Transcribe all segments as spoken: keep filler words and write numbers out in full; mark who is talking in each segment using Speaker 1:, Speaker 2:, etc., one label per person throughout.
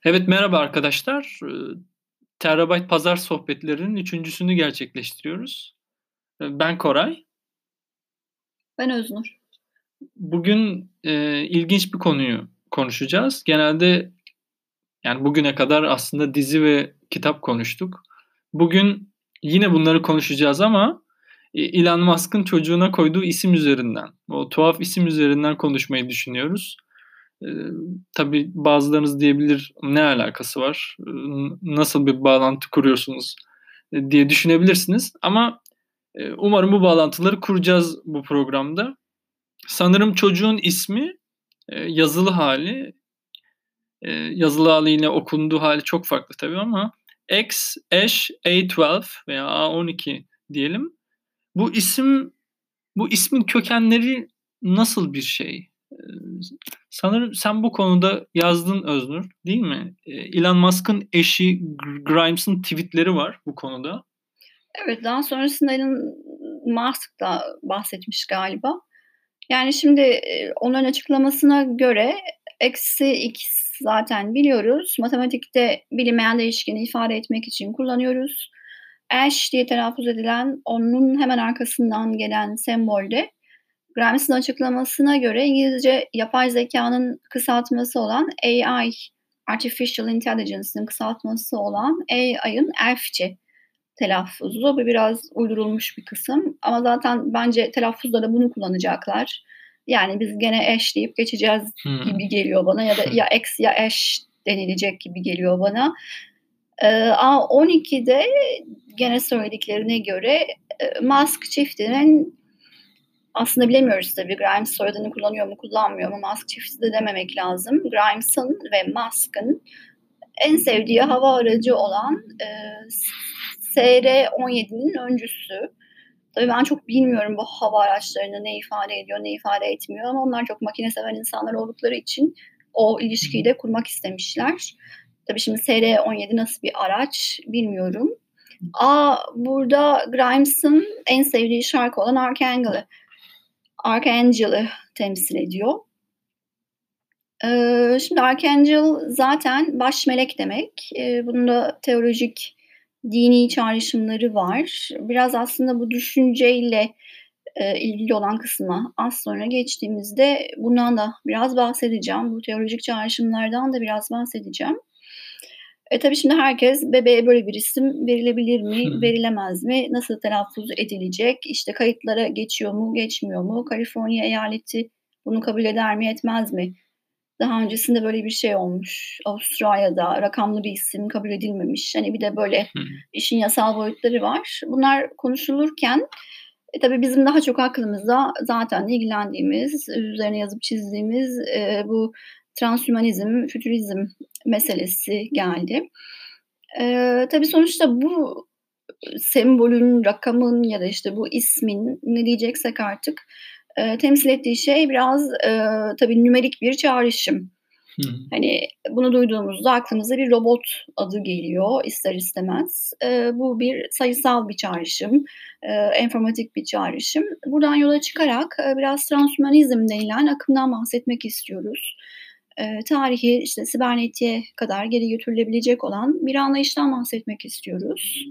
Speaker 1: Evet, merhaba arkadaşlar. Eee, Terabyte Pazar Sohbetlerinin üçüncüsünü gerçekleştiriyoruz. Eee, ben Koray.
Speaker 2: Ben Öznur.
Speaker 1: Bugün, eee, ilginç bir konuyu konuşacağız. Genelde, yani, bugüne kadar aslında dizi ve kitap konuştuk. Bugün yine bunları konuşacağız ama, eee, Elon Musk'ın çocuğuna koyduğu isim üzerinden, o tuhaf isim üzerinden konuşmayı düşünüyoruz. Eee, tabii bazılarınız diyebilir, "Ne alakası var? Iıı, nasıl bir bağlantı kuruyorsunuz?" eee, diye düşünebilirsiniz ama, eee, umarım bu bağlantıları kuracağız bu programda. Sanırım çocuğun ismi, eee, yazılı hâli, eee, yazılı hâliyle okunduğu hâli çok farklı tabii ama X Ash A on iki veya A on iki diyelim. Bu isim bu ismin kökenleri nasıl bir şey? Eee, sanırım sen bu konuda yazdın Öznur, değil mi? Eee, Elon Musk'ın eşi Gr Grimes'ın tweet'leri var bu konuda.
Speaker 2: Evet, daha sonrasında Elon Musk da bahsetmiş galiba. Yani, şimdi, eee, onların açıklamasına göre eksi x zaten biliyoruz. Matematikte bilinmeyen değişkeni ifade etmek için kullanıyoruz. Ash diye telaffuz edilen, onun hemen arkasından gelen sembol de Gramsci'nin açıklamasına göre İngilizce yapay zekânın kısaltması olan A I, Artificial Intelligence'ın kısaltması olan A I'ın Elfçe telaffuzu. Bu biraz uydurulmuş bir kısım ama zaten bence telaffuzda da bunu kullanacaklar. Yani biz gene Ash deyip geçeceğiz
Speaker 1: Hımm.
Speaker 2: gibi geliyor bana ya da ya X ya Ash denilecek gibi geliyor bana. Eee, A on ikide gene söylediklerine göre, eee, Musk çiftinin aslında bilemiyoruz tabii Grimes soyadını kullanıyor mu kullanmıyor mu? Musk çifti de dememek lazım. Grimes'ın ve Musk'ın en sevdiği hava aracı olan, eee, S R on yedinin öncüsü. Tabii ben çok bilmiyorum bu hava araçlarını ne ifade ediyor, ne ifade etmiyor ama onlar çok makine seven insanlar oldukları için o
Speaker 1: Hı
Speaker 2: ilişkiyi
Speaker 1: hı.
Speaker 2: de kurmak istemişler. Tabii şimdi S R on yedi nasıl bir araç bilmiyorum. A, burada Grimes'ın en sevdiği şarkı olan Archangel'ı Archangel'ı temsil ediyor. Eee, şimdi Archangel zaten baş melek demek. Eee, bunun da teolojik, dini çağrışımları var. Biraz aslında bu düşünceyle, eee, ilgili olan kısma az sonra geçtiğimizde bundan da biraz bahsedeceğim. Bu teolojik çağrışımlardan da biraz bahsedeceğim. E, tabii şimdi herkes bebeğe böyle bir isim verilebilir
Speaker 1: Hı
Speaker 2: mi,
Speaker 1: hı.
Speaker 2: verilemez mi, nasıl telaffuz edilecek, işte kayıtlara geçiyor mu, geçmiyor mu, Kaliforniya eyaleti bunu kabul eder mi, etmez mi? Daha öncesinde böyle bir şey olmuş. Avustralya'da rakamlı bir isim kabul edilmemiş. Hani bir de böyle
Speaker 1: Hı hı.
Speaker 2: işin yasal boyutları var. Bunlar konuşulurken, e, tabii bizim daha çok aklımıza zaten ilgilendiğimiz, üzerine yazıp çizdiğimiz, eee, bu transhümanizm, fütürizm meselesi geldi. Eee, tabii sonuçta bu sembolün, rakamın ya da, işte, bu ismin ne diyeceksek artık, eee, temsil ettiği şey biraz, eee, tabii nümerik bir çağrışım.
Speaker 1: Hı hı.
Speaker 2: Hani, bunu duyduğumuzda aklımıza bir robot adı geliyor ister istemez. Eee, bu bir sayısal bir çağrışım, eee, enformatik bir çağrışım. Buradan yola çıkarak, eee, biraz transhümanizm denilen akımdan bahsetmek istiyoruz. Eee, tarihi, işte, sibernetiğe kadar geri götürülebilecek olan bir anlayıştan bahsetmek istiyoruz.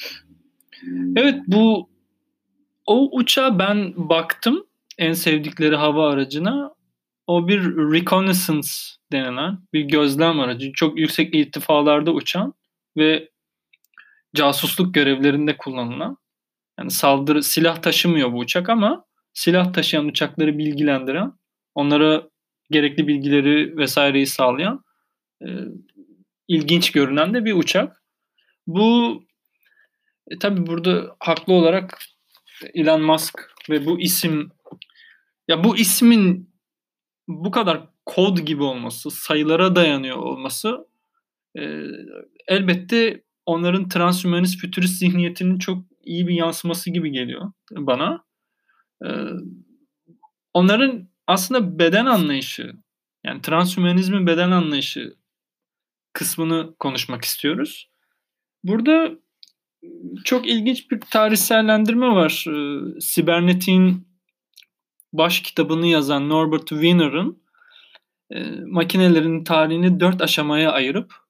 Speaker 1: Evet, bu o uçağa ben baktım, en sevdikleri hava aracına. O bir reconnaissance denilen bir gözlem aracı. Çok yüksek irtifalarda uçan ve casusluk görevlerinde kullanılan, yani saldırı silah taşımıyor bu uçak ama silah taşıyan uçakları bilgilendiren, onlara gerekli bilgileri vesaireyi sağlayan, eee, ilginç görünen de bir uçak. Bu, e, tabii burada haklı olarak Elon Musk ve bu isim, ya bu ismin bu kadar kod gibi olması, sayılara dayanıyor olması, eee, elbette onların transhümanist, fütürist zihniyetinin çok iyi bir yansıması gibi geliyor bana. Eee, onların aslında beden anlayışı, yani transhümanizmin beden anlayışı kısmını konuşmak istiyoruz. Burada çok ilginç bir tarihsellendirme var. Eee, Sibernetiğin baş kitabını yazan Norbert Wiener'ın, eee, makinelerin tarihini dört aşamaya ayırıp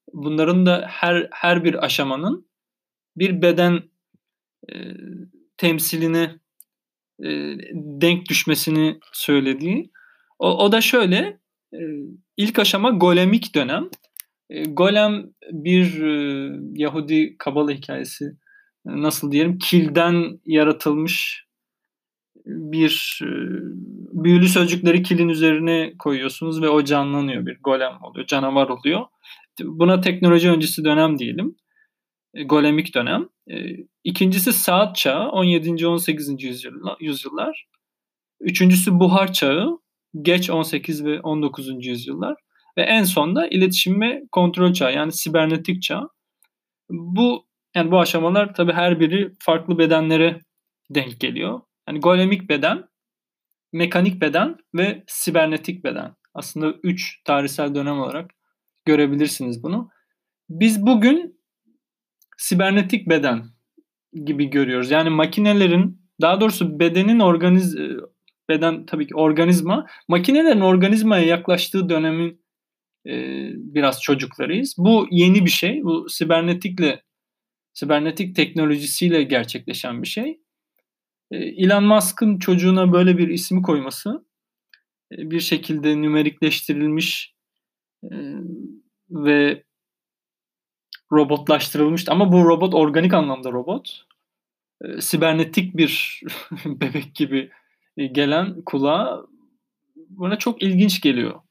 Speaker 1: bunların da her her bir aşamanın bir beden e, temsiline e, denk düşmesini söylediği. O, o da şöyle, e, ilk aşama golemik dönem. E, golem bir e, Yahudi Kabala hikayesi, e, nasıl diyelim, kilden yaratılmış bir e, büyülü sözcükleri kilin üzerine koyuyorsunuz ve o canlanıyor, bir golem oluyor, canavar oluyor. Buna teknoloji öncesi dönem diyelim. E, golemik dönem. E, ikincisi saat çağı, on yedinci on sekizinci yüzyıllar. yüzyıllar. Üçüncüsü buhar çağı, geç on sekiz ve on dokuzuncu yüzyıllar. Ve en son da iletişim ve kontrol çağı, yani sibernetik çağ. Bu yani bu aşamalar tabii her biri farklı bedenlere denk geliyor. Yani golemik beden, mekanik beden ve sibernetik beden. Aslında üç tarihsel dönem olarak görebilirsiniz bunu. Biz bugün sibernetik beden gibi görüyoruz. Yani makinelerin, daha doğrusu bedenin organiz beden tabii ki organizma, makinelerin organizmaya yaklaştığı dönemin e, biraz çocuklarıyız. Bu yeni bir şey. Bu sibernetikle sibernetik teknolojisiyle gerçekleşen bir şey. E, Elon Musk'ın çocuğuna böyle bir ismi koyması, e, bir şekilde nümerikleştirilmiş e, ve robotlaştırılmış, ama bu robot organik anlamda robot. E, sibernetik bir bebek gibi e, gelen kulağa bana çok ilginç geliyor.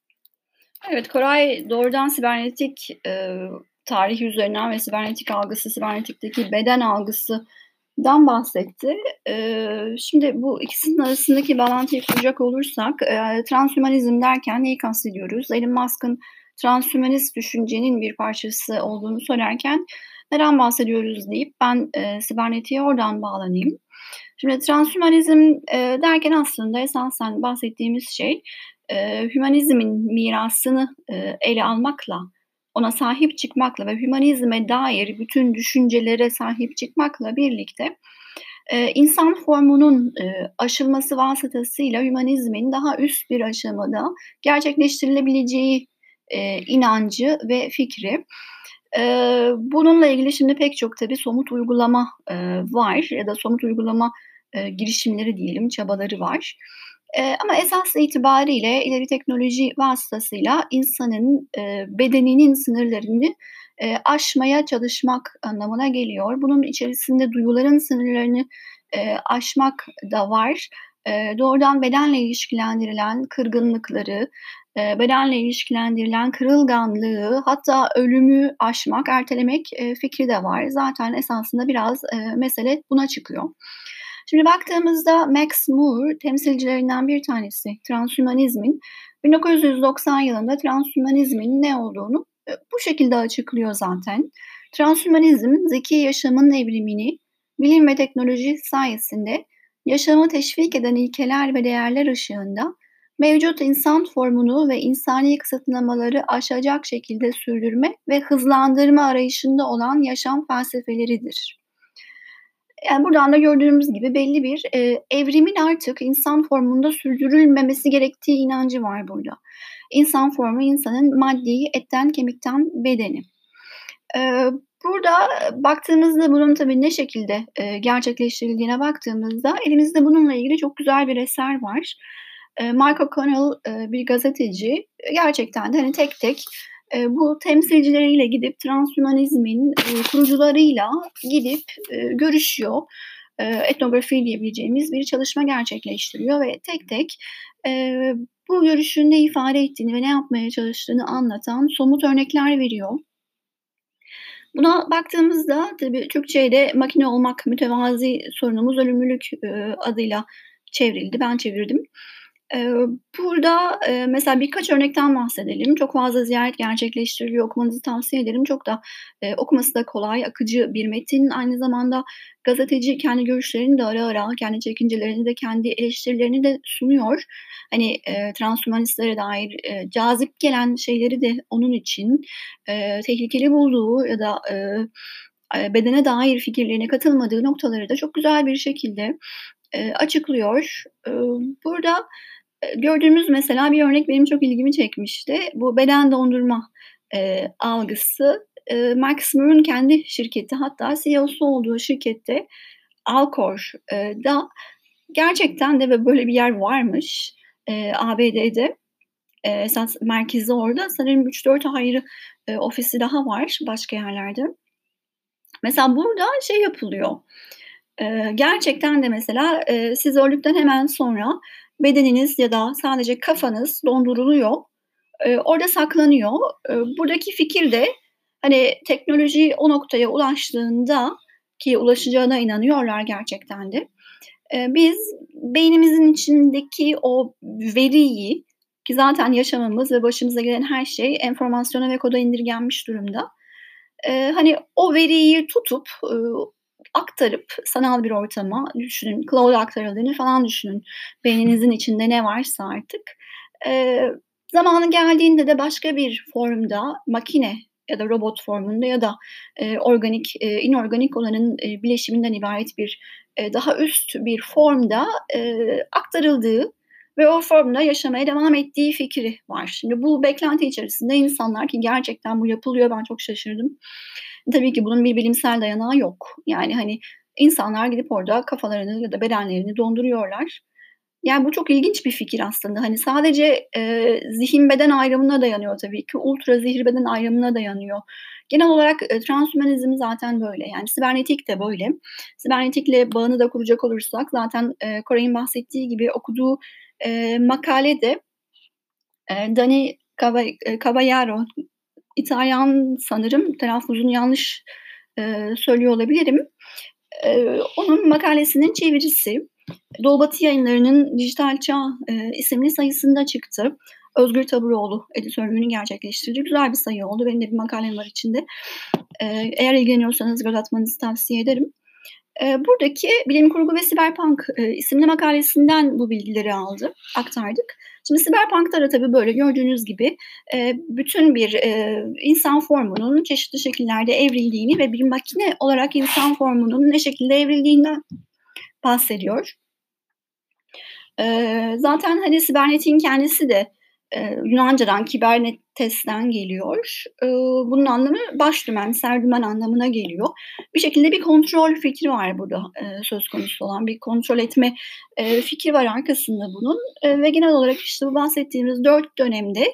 Speaker 2: Evet, Koray doğrudan sibernetik e, tarih üzerinden ve sibernetik algısı, sibernetikteki beden algısından bahsetti. E, şimdi bu ikisinin arasındaki bağlantıyı kuracak olursak, e, transhümanizm derken neyi kastediyoruz? Elon Musk'ın transhümanist düşüncenin bir parçası olduğunu söylerken neden bahsediyoruz deyip ben e, sibernetiğe oradan bağlanayım. Şimdi transhümanizm e, derken aslında esasen bahsettiğimiz şey e, hümanizmin mirasını e, ele almakla, ona sahip çıkmakla ve hümanizme dair bütün düşüncelere sahip çıkmakla birlikte e, insan formunun e, aşılması vasıtasıyla hümanizmin daha üst bir aşamada gerçekleştirilebileceği e, inancı ve fikri. Eee, bununla ilgili şimdi pek çok tabii somut uygulama, eee, var ya da somut uygulama, eee, girişimleri diyelim, çabaları var. Eee, ama esas itibariyle ileri teknoloji vasıtasıyla insanın, eee, bedeninin sınırlarını, eee, aşmaya çalışmak anlamına geliyor. Bunun içerisinde duyuların sınırlarını, eee, aşmak da var. Eee, doğrudan bedenle ilişkilendirilen kırgınlıkları, eee, bedenle ilişkilendirilen kırılganlığı, hatta ölümü aşmak, ertelemek, eee, fikri de var. Zaten esasında biraz, eee, mesele buna çıkıyor. Şimdi baktığımızda Max Moore temsilcilerinden bir tanesi transhümanizmin. bin dokuz yüz doksan yılında transhümanizmin ne olduğunu eee, bu şekilde açıklıyor zaten. Transhümanizm, zeki yaşamın evrimini bilim ve teknoloji sayesinde yaşamı teşvik eden ilkeler ve değerler ışığında mevcut insan formunu ve insani kısıtlamaları aşacak şekilde sürdürme ve hızlandırma arayışında olan yaşam felsefeleridir. Yani buradan da gördüğümüz gibi belli bir, eee, evrimin artık insan formunda sürdürülmemesi gerektiği inancı var burada. İnsan formu, insanın maddi, etten kemikten bedeni. Eee, burada baktığımızda bunun tabii ne şekilde, eee, gerçekleştirildiğine baktığımızda elimizde bununla ilgili çok güzel bir eser var. Eee, Mark O'Connell, eee, bir gazeteci. Gerçekten de, hani, tek tek, eee, bu temsilcileriyle gidip transhümanizmin, eee, kurucularıyla gidip, eee, görüşüyor. Eee, etnografi diyebileceğimiz bir çalışma gerçekleştiriyor ve tek tek, eee, bu görüşün ne ifade ettiğini ve ne yapmaya çalıştığını anlatan somut örnekler veriyor. Buna baktığımızda tabii Türkçe'ye de "Makine olmak, mütevazi sorunumuz ölümlülük" eee, adıyla çevrildi. Ben çevirdim. Eee, burada, eee, mesela birkaç örnekten bahsedelim. Çok fazla ziyaret gerçekleştiriliyor. Okumanızı tavsiye ederim. Çok da, eee, okuması da kolay, akıcı bir metin. Aynı zamanda gazeteci kendi görüşlerini de ara ara, kendi çekincelerini de, kendi eleştirilerini de sunuyor. Hani, eee, transhümanistlere dair, eee, cazip gelen şeyleri de onun için, eee, tehlikeli bulduğu ya da, eee, eee, bedene dair fikirlerine katılmadığı noktaları da çok güzel bir şekilde, eee, açıklıyor. Iıı, burada, eee, gördüğümüz mesela bir örnek benim çok ilgimi çekmişti. Bu beden dondurma. e, algısı e, Max Moore'un kendi şirketi, hatta C E O'su olduğu şirkette Alcor'da gerçekten de ve böyle bir yer varmış e, A B D'de. E, esas merkezi orada. Sanırım üç dört ayrı e, ofisi daha var başka yerlerde. Mesela burada şey yapılıyor. E, gerçekten de mesela e, siz öldükten hemen sonra bedeniniz ya da sadece kafanız donduruluyor. E, orada saklanıyor. E, buradaki fikir de hani teknoloji o noktaya ulaştığında, ki ulaşacağına inanıyorlar gerçekten de. E, biz beynimizin içindeki o veriyi, ki zaten yaşamımız ve başımıza gelen her şey enformasyona ve koda indirgenmiş durumda. Ee, hani o veriyi tutup e, aktarıp sanal bir ortama düşünün, cloud aktarıldığını falan düşünün. Beyninizin içinde ne varsa artık. Ee, zamanı geldiğinde de başka bir formda, makine ya da robot formunda ya da e, organik, e, inorganik olanın e, bileşiminden ibaret bir e, daha üst bir formda e, aktarıldığı ve o formda yaşamaya devam ettiği fikri var. Şimdi bu beklenti içerisinde insanlar, ki gerçekten bu yapılıyor, ben çok şaşırdım. Tabii ki bunun bir bilimsel dayanağı yok. Yani hani insanlar gidip orada kafalarını ya da bedenlerini donduruyorlar. Yani bu çok ilginç bir fikir aslında. Hani sadece e, zihin beden ayrımına dayanıyor tabii ki. Ultra zihir beden ayrımına dayanıyor. Genel olarak e, transhümanizm zaten böyle. Yani sibernetik de böyle. Sibernetikle bağını da kuracak olursak zaten e, Koray'ın bahsettiği gibi okuduğu e, makalede e, Dani Caballero, İtalyan sanırım, telaffuzunu yanlış e, söylüyor olabilirim. E, onun makalesinin çevirisi Doğu Batı Yayınları'nın Dijital Çağ e, isimli sayısında çıktı. Özgür Taburoğlu editörlüğünü gerçekleştirdi. Güzel bir sayı oldu. Benim de bir makalem var içinde. E, eğer ilgileniyorsanız göz atmanızı tavsiye ederim. E, buradaki Bilim Kurgu ve Siberpunk e, isimli makalesinden bu bilgileri aldı, aktardık. Şimdi Siberpunk'ta da tabii böyle gördüğünüz gibi e, bütün bir e, insan formunun çeşitli şekillerde evrildiğini ve bir makine olarak insan formunun ne şekilde evrildiğinden bahsediyor. E, zaten hani sibernetiğin kendisi de e, Yunanca'dan, kibernetes'ten geliyor. E, bunun anlamı baş dümen, serdümen anlamına geliyor. Bir şekilde bir kontrol fikri var burada e, söz konusu olan. Bir kontrol etme e, fikri var arkasında bunun. E, ve genel olarak işte bu bahsettiğimiz dört dönemde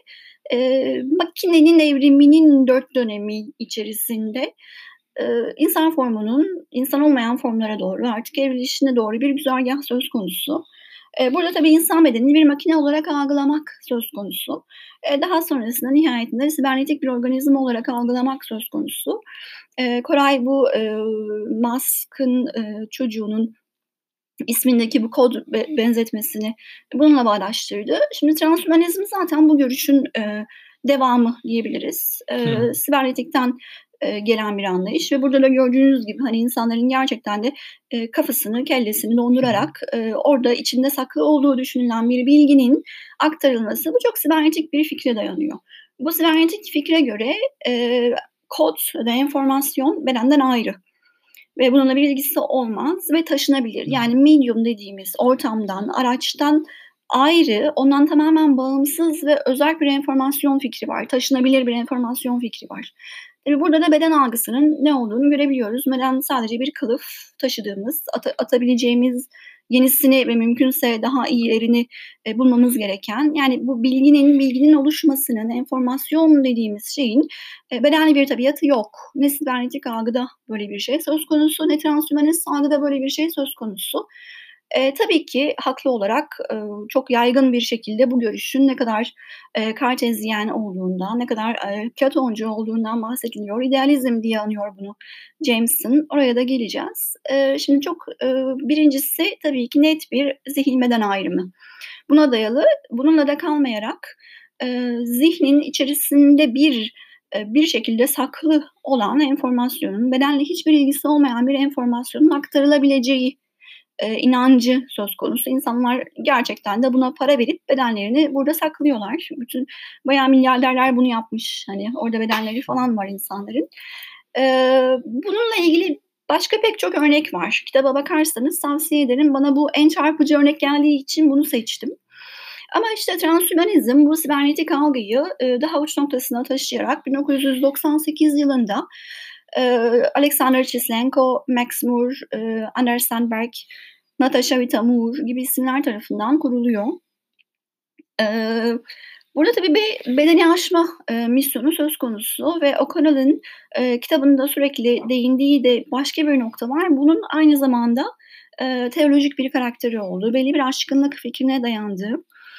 Speaker 2: e, makinenin evriminin dört dönemi içerisinde e, insan formunun insan olmayan formlara doğru artık evrilişine doğru bir güzergah söz konusu. E, burada tabii insan bedenini bir makine olarak algılamak söz konusu. E, daha sonrasında nihayetinde sibernetik bir organizma olarak algılamak söz konusu. E, Koray bu e, Musk'ın e, çocuğunun ismindeki bu kod benzetmesini bununla bağdaştırdı. Şimdi transhümanizm zaten bu görüşün e, devamı diyebiliriz. E, sibernetikten e, gelen bir anlayış ve burada da gördüğünüz gibi hani insanların gerçekten de e, kafasını, kellesini dondurarak e, orada içinde saklı olduğu düşünülen bir bilginin aktarılması, bu çok sibernetik bir fikre dayanıyor. Bu sibernetik fikre göre e, kod ya da enformasyon bedenden ayrı ve bununla bir ilgisi olmaz ve taşınabilir. Yani medium dediğimiz ortamdan, araçtan ayrı, ondan tamamen bağımsız ve özel bir enformasyon fikri var. Taşınabilir bir enformasyon fikri var. Tabii burada da beden algısının ne olduğunu görebiliyoruz. Beden sadece bir kılıf, taşıdığımız, at- atabileceğimiz yenisini ve mümkünse daha iyilerini e, bulmamız gereken, yani bu bilginin bilginin oluşmasının, enformasyon dediğimiz şeyin e, bedenli bir tabiatı yok. Ne sibernetik algıda böyle bir şey söz konusu, ne transhümanist algıda böyle bir şey söz konusu. E, tabii ki haklı olarak e, çok yaygın bir şekilde bu görüşün ne kadar e, kartezyen olduğundan, ne kadar e, Platoncu olduğundan bahsediliyor. İdealizm diye anıyor bunu Jameson. Oraya da geleceğiz. E, şimdi çok e, birincisi tabii ki net bir zihin beden ayrımı. Buna dayalı, bununla da kalmayarak e, zihnin içerisinde bir e, bir şekilde saklı olan enformasyonun, bedenle hiçbir ilgisi olmayan bir enformasyonun aktarılabileceği e, inancı söz konusu. İnsanlar gerçekten de buna para verip bedenlerini burada saklıyorlar. Bütün bayağı milyarderler bunu yapmış. Hani orada bedenleri falan var insanların. E, bununla ilgili başka pek çok örnek var. Kitaba bakarsanız tavsiye ederim. Bana bu en çarpıcı örnek geldiği için bunu seçtim. Ama işte transhümanizm bu sibernetik algıyı e, daha uç noktasına taşıyarak bin dokuz yüz doksan sekiz yılında e, Alexander Chislenko, Max Moore, e, Anders Sandberg, Natasha Vita-Moore gibi isimler tarafından kuruluyor. E, burada tabii bir bedeni aşma e, misyonu söz konusu ve O'Connell'ın e, kitabında sürekli değindiği de başka bir nokta var. Bunun aynı zamanda e, teolojik bir karakteri olduğu, belli bir aşkınlık fikrine dayandığı.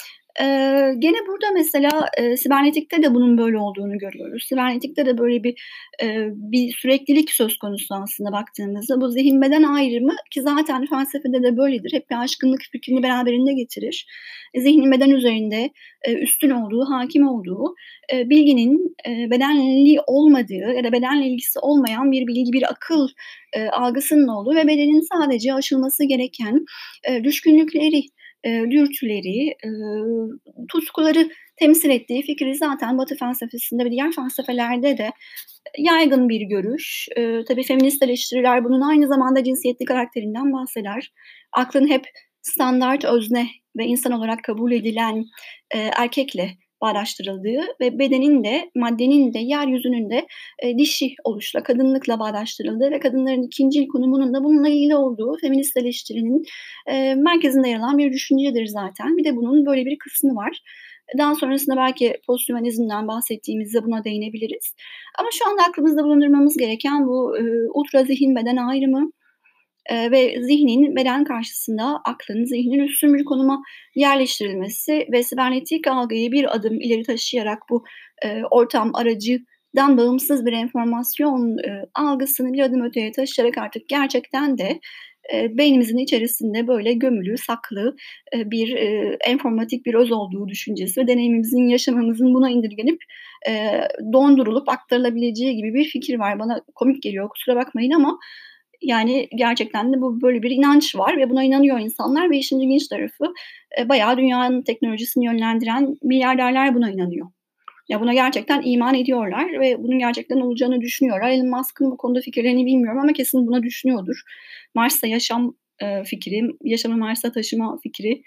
Speaker 2: Eee, gene burada mesela, eee, sibernetikte de bunun böyle olduğunu görüyoruz. Sibernetikte de böyle bir, eee, bir süreklilik söz konusu aslında baktığımızda. Bu zihin beden ayrımı ki zaten felsefede de böyledir. Hep bir aşkınlık fikrini beraberinde getirir. Zihnin beden üzerinde, eee, üstün olduğu, hakim olduğu, eee, bilginin, eee, bedenli olmadığı ya da bedenle ilgisi olmayan bir bilgi, bir akıl, eee, algısının olduğu ve bedenin sadece aşılması gereken, eee, düşkünlükleri, eee, dürtüleri, ııı, tutkuları temsil ettiği fikri zaten Batı felsefesinde ve diğer felsefelerde de yaygın bir görüş. Eee, tabii feminist eleştiriler bunun aynı zamanda cinsiyetli karakterinden bahseder. Aklın hep standart, özne ve insan olarak kabul edilen, eee, erkekle bağdaştırıldığı ve bedenin de, maddenin de, yeryüzünün de, eee, dişi oluşla, kadınlıkla bağdaştırıldığı ve kadınların ikincil konumunun da bununla ilgili olduğu feminist eleştirinin, eee, merkezinde yer alan bir düşüncedir zaten. Bir de bunun böyle bir kısmı var. Daha sonrasında belki posthümanizmden bahsettiğimizde buna değinebiliriz. Ama şu anda aklımızda bulundurmamız gereken bu, ııı, ultra zihin beden ayrımı, eee, ve zihnin beden karşısında aklın, zihnin üstün bir konuma yerleştirilmesi ve sibernetik algıyı bir adım ileri taşıyarak bu, eee, ortam aracıdan bağımsız bir enformasyon, eee, algısını bir adım öteye taşıyarak artık gerçekten de, eee, beynimizin içerisinde böyle gömülü, saklı, eee, bir, eee, enformatik bir öz olduğu düşüncesi ve deneyimimizin, yaşamımızın buna indirgenip, eee, dondurulup aktarılabileceği gibi bir fikir var. Bana komik geliyor, kusura bakmayın ama yani gerçekten de bu böyle bir inanç var ve buna inanıyor insanlar ve işin ilginç tarafı, eee, bayağı dünyanın teknolojisini yönlendiren milyarderler buna inanıyor. Ya, buna gerçekten iman ediyorlar ve bunun gerçekten olacağını düşünüyorlar. Elon Musk'ın bu konuda fikirlerini bilmiyorum ama kesin buna düşünüyordur. Mars'ta yaşam, eee, fikri, yaşamı Mars'a taşıma fikri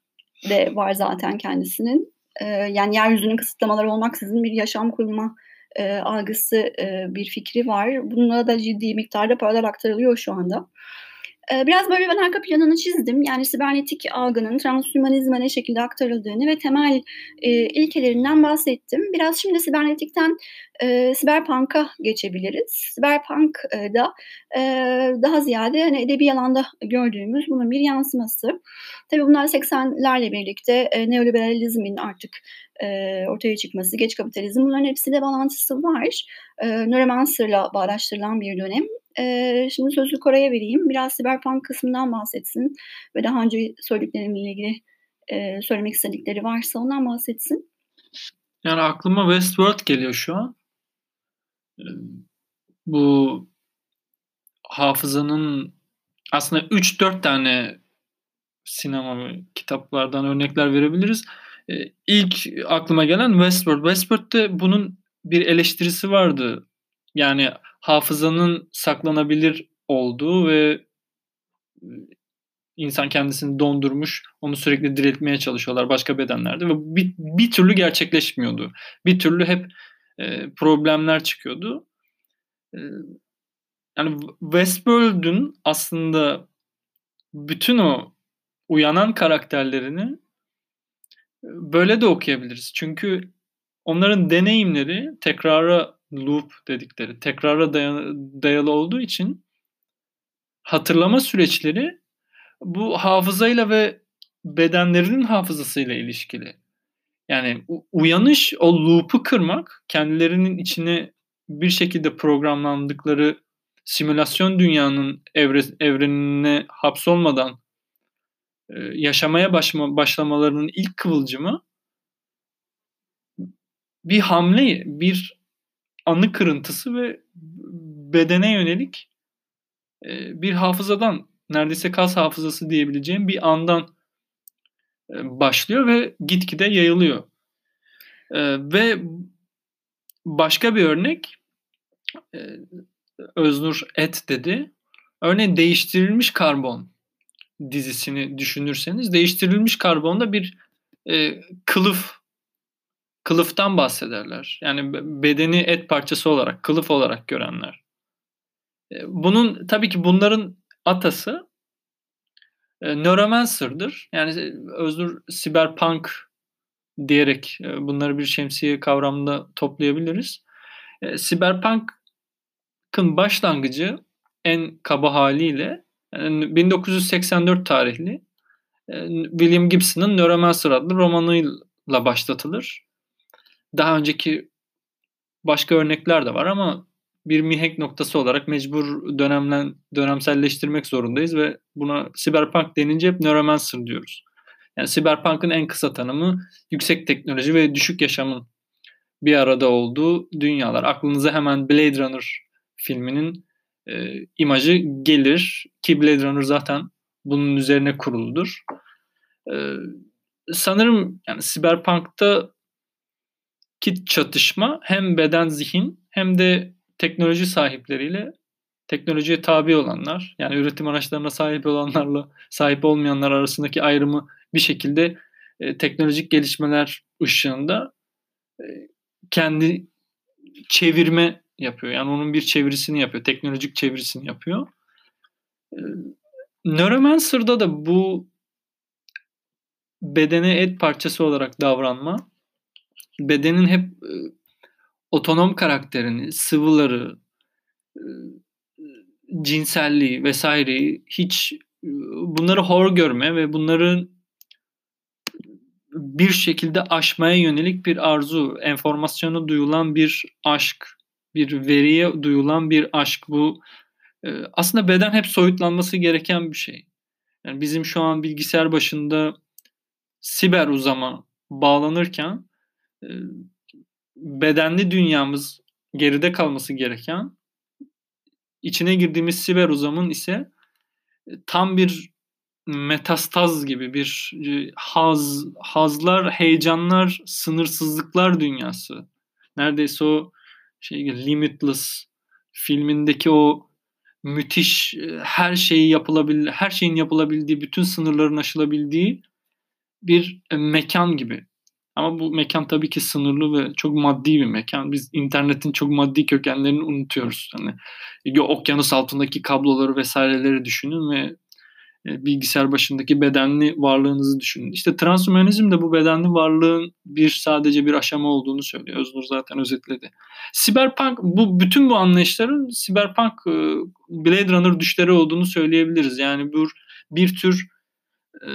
Speaker 2: de var zaten kendisinin. Eee, yani yeryüzünün kısıtlamaları olmaksızın bir yaşam kurma, eee, algısı, eee, bir fikri var. Bununla da ciddi miktarda paralar aktarılıyor şu anda. Eee, biraz böyle ben arka planını çizdim. Yani sibernetik algının transhümanizme ne şekilde aktarıldığını ve temel, eee, ilkelerinden bahsettim. Biraz şimdi sibernetikten, eee, siberpunk'a geçebiliriz. Siberpunk, eee, da, eee, daha ziyade, hani, edebi alanda gördüğümüz bunun bir yansıması. Tabii bunlar seksenlerle birlikte, eee, neoliberalizmin artık, eee, ortaya çıkması, geç kapitalizm bunların hepsiyle bağlantısı var. Eee, Neuromancer'la bağdaştırılan bir dönem. Eee, şimdi sözü Koray'a vereyim. Biraz siberpunk kısmından bahsetsin ve daha önce söylediklerimle ilgili, eee, söylemek istedikleri varsa ondan bahsetsin.
Speaker 1: Yani aklıma Westworld geliyor şu an. Eee, bu hafızanın aslında üç dört tane sinema ve kitaplardan örnekler verebiliriz. Eee, ilk aklıma gelen Westworld. Westworld'de bunun bir eleştirisi vardı. Yani hafızanın saklanabilir olduğu ve insan kendisini dondurmuş, onu sürekli diriltmeye çalışıyorlar başka bedenlerde ve bir, bir türlü gerçekleşmiyordu. Bir türlü hep e, problemler çıkıyordu. E, yani Westworld'ün aslında bütün o uyanan karakterlerini böyle de okuyabiliriz. Çünkü onların deneyimleri tekrara loop dedikleri, tekrara dayalı, dayalı olduğu için hatırlama süreçleri bu hafızayla ve bedenlerinin hafızasıyla ilişkili. Yani u uyanış, o loop'u kırmak, kendilerinin içine bir şekilde programlandıkları simülasyon dünyanın evre evrenine hapsolmadan, eee, yaşamaya başma başlamalarının ilk kıvılcımı bir hamle, bir anı kırıntısı ve bedene yönelik, eee, bir hafızadan, neredeyse kas hafızası diyebileceğim bir andan, eee, başlıyor ve gitgide yayılıyor. Eee, ve başka bir örnek, eee, Öznur Et dedi. Örneğin Değiştirilmiş Karbon dizisini düşünürseniz Değiştirilmiş Karbon'da bir, e, kılıf kılıftan bahsederler. Yani bedeni et parçası olarak, kılıf olarak görenler. E, bunun tabii ki bunların atası e, Neuromancer'dır. Yani özür siberpunk diyerek e, bunları bir şemsiye kavramında toplayabiliriz. E, Cyberpunk'ın başlangıcı en kaba haliyle yani bin dokuz yüz seksen dört tarihli e, William Gibson'ın Neuromancer adlı romanıyla başlatılır. Daha önceki başka örnekler de var ama bir mihenk noktası olarak mecbur dönemlen, dönemselleştirmek zorundayız ve buna Cyberpunk denince hep Neuromancer diyoruz. Yani Cyberpunk'ın en kısa tanımı yüksek teknoloji ve düşük yaşamın bir arada olduğu dünyalar. Aklınıza hemen Blade Runner filminin e, imajı gelir ki Blade Runner zaten bunun üzerine kuruludur. E, sanırım yani Cyberpunk'ta ki çatışma hem beden zihin hem de teknoloji sahipleriyle teknolojiye tabi olanlar yani üretim araçlarına sahip olanlarla sahip olmayanlar arasındaki ayrımı bir şekilde e, teknolojik gelişmeler ışığında e, kendi çevirme yapıyor. Yani onun bir çevirisini yapıyor. Teknolojik çevirisini yapıyor. E, Neuromancer'da da bu bedene et parçası olarak davranma, bedenin hep e, otonom karakterini, sıvıları, e, cinselliği vesaireyi hiç e, bunları hor görme ve bunların bir şekilde aşmaya yönelik bir arzu, enformasyona duyulan bir aşk, bir veriye duyulan bir aşk. Bu e, aslında beden hep soyutlanması gereken bir şey. Yani bizim şu an bilgisayar başında siber uzama bağlanırken e, bedenli dünyamız geride kalması gereken, içine girdiğimiz siber uzamın ise tam bir metastaz gibi bir e, haz, hazlar, heyecanlar, sınırsızlıklar dünyası. Neredeyse o şey Limitless filmindeki o müthiş e, her şeyi yapılabil her şeyin yapılabildiği, bütün sınırların aşılabildiği bir e, mekan gibi. Ama bu mekan tabii ki sınırlı ve çok maddi bir mekan. Biz internetin çok maddi kökenlerini unutuyoruz. Hani okyanus altındaki kabloları vesaireleri düşünün ve bilgisayar başındaki bedenli varlığınızı düşünün. İşte transhümanizm de bu bedenli varlığın bir sadece bir aşama olduğunu söylüyor. Öznur zaten özetledi. Cyberpunk bu bütün bu anlayışların Cyberpunk Blade Runner düşleri olduğunu söyleyebiliriz. Yani bu bir tür e,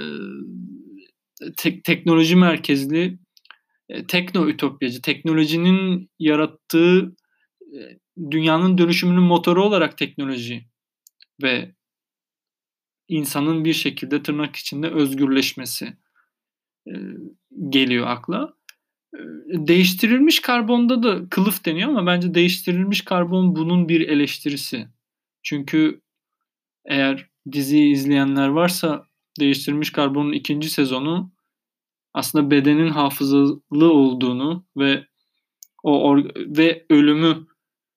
Speaker 1: te- teknoloji merkezli e, tekno ütopyacı, teknolojinin yarattığı e, dünyanın dönüşümünün motoru olarak teknoloji ve insanın bir şekilde tırnak içinde özgürleşmesi e, geliyor akla. E, değiştirilmiş karbonda da kılıf deniyor ama bence değiştirilmiş karbon bunun bir eleştirisi. Çünkü eğer diziyi izleyenler varsa değiştirilmiş karbonun ikinci sezonu aslında bedenin hafızalı olduğunu ve o or- ve ölümü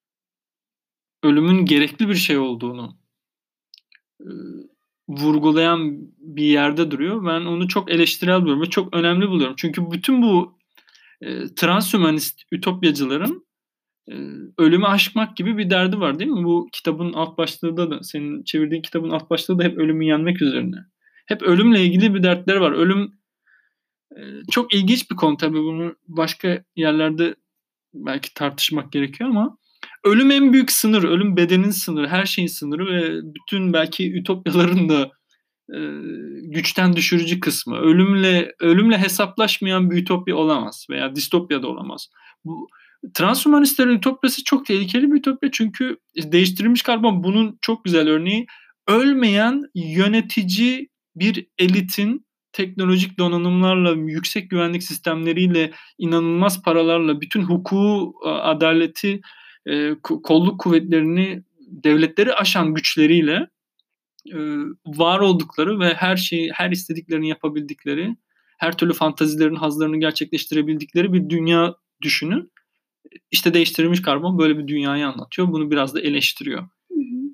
Speaker 1: ölümün gerekli bir şey olduğunu e, vurgulayan bir yerde duruyor. Ben onu çok eleştirel buluyorum ve çok önemli buluyorum. Çünkü bütün bu e, transhümanist ütopyacıların e, ölümü aşmak gibi bir derdi var değil mi? Bu kitabın alt başlığı da, da senin çevirdiğin kitabın alt başlığı da hep ölümü yenmek üzerine. Hep ölümle ilgili bir dertleri var. Ölüm e, çok ilginç bir konu tabii, bunu başka yerlerde belki tartışmak gerekiyor ama ölüm en büyük sınır. Ölüm bedenin sınırı, her şeyin sınırı ve bütün belki ütopyaların da e, güçten düşürücü kısmı. Ölümle ölümle hesaplaşmayan bir ütopya olamaz veya distopya da olamaz. Bu transhümanistlerin ütopyası çok tehlikeli bir ütopya çünkü değiştirilmiş karbon bunun çok güzel örneği. Ölmeyen yönetici bir elitin teknolojik donanımlarla, yüksek güvenlik sistemleriyle, inanılmaz paralarla, bütün hukuku, adaleti, e, kolluk kuvvetlerini, devletleri aşan güçleriyle e, var oldukları ve her şeyi, her istediklerini yapabildikleri, her türlü fantazilerin hazlarını gerçekleştirebildikleri bir dünya düşünün. İşte değiştirilmiş karbon böyle bir dünyayı anlatıyor. Bunu biraz da eleştiriyor.
Speaker 2: Hı hı.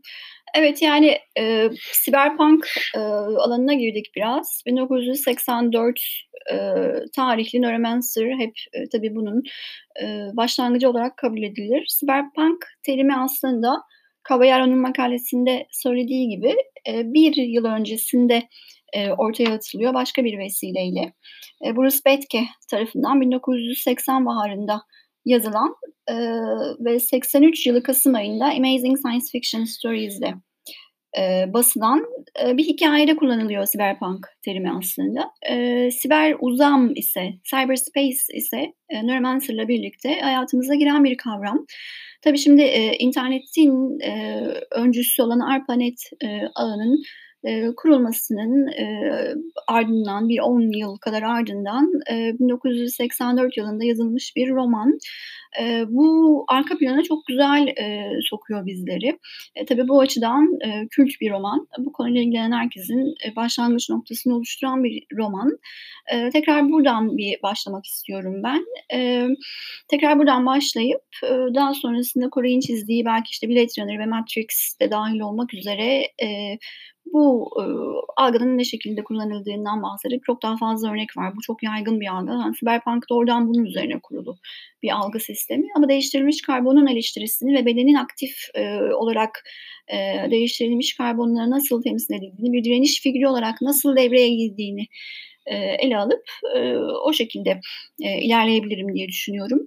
Speaker 2: Evet, yani, eee, siberpunk, eee, alanına girdik biraz. bin dokuz yüz seksen dört eee, tarihli Neuromancer hep, eee, tabii bunun, eee, başlangıcı olarak kabul edilir. Siberpunk terimi aslında Caballero'nun makalesinde söylediği gibi, eee, bir yıl öncesinde, eee, ortaya atılıyor başka bir vesileyle. Eee, Bruce Bethke tarafından bin dokuz yüz seksen baharında yazılan, eee, ve seksen üç yılı kasım ayında Amazing Science Fiction Stories'de eee, basılan, eee, bir hikâyede kullanılıyor siberpunk terimi aslında. Eee, siber uzam ise, cyberspace ise, eee, Neuromancer'la birlikte hayatımıza giren bir kavram. Tabii şimdi, eee, internetin, eee, öncüsü olan ARPANET, eee, ağının, eee, kurulmasının, eee, ardından bir on yıl kadar ardından, eee, bin dokuz yüz seksen dört yılında yazılmış bir roman. Eee, bu arka plana çok güzel, eee, sokuyor bizleri. E, tabii bu açıdan, eee, kült bir roman. Bu konuyla ilgilenen herkesin, eee, başlangıç noktasını oluşturan bir roman. Eee, tekrar buradan bir başlamak istiyorum ben. Emm, tekrar buradan başlayıp, ııı, daha sonrasında Corey'in çizdiği belki, işte, Blade Runner ve Matrix de dâhil olmak üzere, eee, bu, ııı, algının ne şekilde kullanıldığından bahsedip çok daha fazla örnek var. Bu çok yaygın bir algı. Hani, siberpunk doğrudan bunun üzerine kurulu bir algı sistemi ama değiştirilmiş karbonun eleştirisini ve bedenin aktif, eee, olarak, eee, değiştirilmiş karbonla nasıl temsil edildiğini, bir direniş figürü olarak nasıl devreye girdiğini, eee, ele alıp, eee, o şekilde, eee, ilerleyebilirim diye düşünüyorum.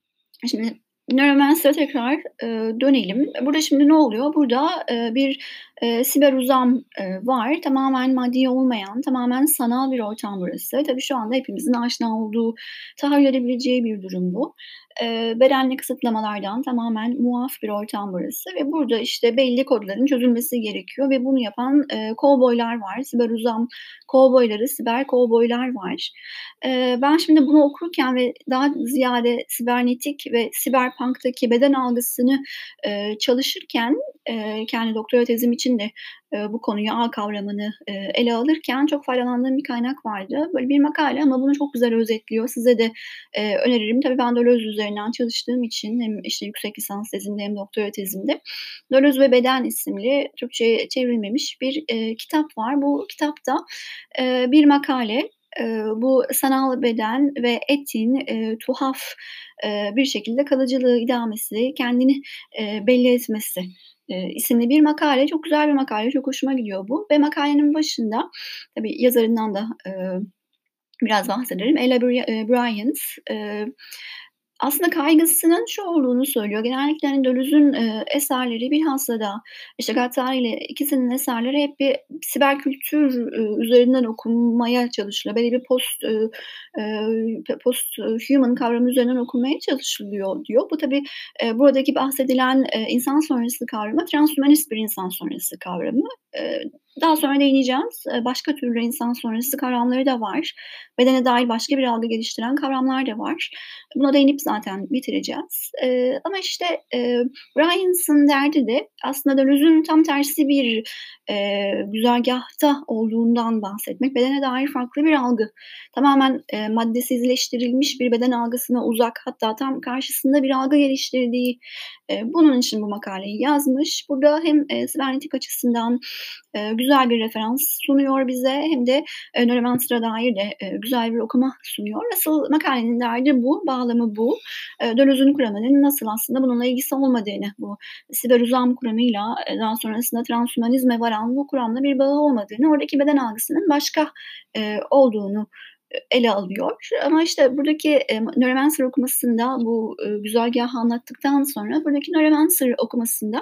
Speaker 2: Şimdi Neuromancer'a tekrar, eee, dönelim. Burada şimdi ne oluyor? Burada, eee, bir, eee, siber uzam, eee, var. Tamamen maddi olmayan, tamamen sanal bir ortam burası. Tabii şu anda hepimizin aşina olduğu, tahayyül edebileceği bir durum bu. Eee, bedenli kısıtlamalardan tamamen muaf bir ortam burası ve burada, işte, belli kodların çözülmesi gerekiyor ve bunu yapan, eee, kovboylar var. Siber uzam kovboyları, siber kovboylar var. Eee, ben şimdi bunu okurken ve daha ziyade sibernetik ve siberpunk'taki beden algısını, eee, çalışırken, eee, kendi doktora tezim için de, eee, bu konuyu, ağ kavramını, eee, ele alırken çok faydalandığım bir kaynak vardı. Böyle bir makale ama bunu çok güzel özetliyor. Size de, eee, öneririm. Tabii ben Deleuze üzerinden çalıştığım için hem, işte, yüksek lisans tezimde hem doktora tezimde Deleuze ve Beden isimli Türkçe'ye çevrilmemiş bir, eee, kitap var. Bu kitapta, eee, bir makale, eee, bu sanal beden ve etin, eee, tuhaf, eee, bir şekilde kalıcılığı, idamesi, kendini, eee, belli etmesi, eee, isimli bir makale. Çok güzel bir makale, çok hoşuma gidiyor bu ve makalenin başında, tabii yazarından da, eee, biraz bahsederim. Ella Bry eee, Bryant, eee, aslında kaygısının şu olduğunu söylüyor. Genellikle, hani, Deleuze'ün, eee, eserleri bilhassa da, işte, Guattari ile ikisinin eserleri hep bir siber kültür, üh, üzerinden okunmaya çalışılıyor. Böyle bir post, ııı, eee, post human kavramı üzerinden okunmaya çalışılıyor diyor. Bu tabii, eee, buradaki bahsedilen, eee, insan sonrası kavramı transhümanist bir insan sonrası kavramı. Eee, daha sonra değineceğiz. Eee, başka türlü insan sonrası kavramları da var. Bedene dair başka bir algı geliştiren kavramlar da var. Buna değinip zaten bitireceğiz. Eee, ama, işte, eee, Bryans'ın derdi de aslında Deleuze'ün tam tersi bir, eee, güzergâhta olduğundan bahsetmek. Bedene dair farklı bir algı. Tamamen, eee, maddesizleştirilmiş bir beden algısına uzak, hatta tam karşısında bir algı geliştirdiği, eee, bunun için bu makaleyi yazmış. Burada hem, eee, sibernetik açısından, eee, güzel bir referans sunuyor bize hem de, eee, Neuromancer'a dair de, eee, güzel bir okuma sunuyor. Asıl makalenin derdi bu, bağlamı bu. Eee, Deleuze'ün kuramının nasıl aslında bununla ilgisi olmadığını, bu siber uzam kuramıyla, eee, daha sonrasında transhümanizme varan bu kuramla bir bağı olmadığını, oradaki beden algısının başka, eee, olduğunu, eee, ele alıyor. Ama, işte, buradaki, eee, Neuromancer okumasında bu, ııı, güzergâhı anlattıktan sonra buradaki Neuromancer okumasında,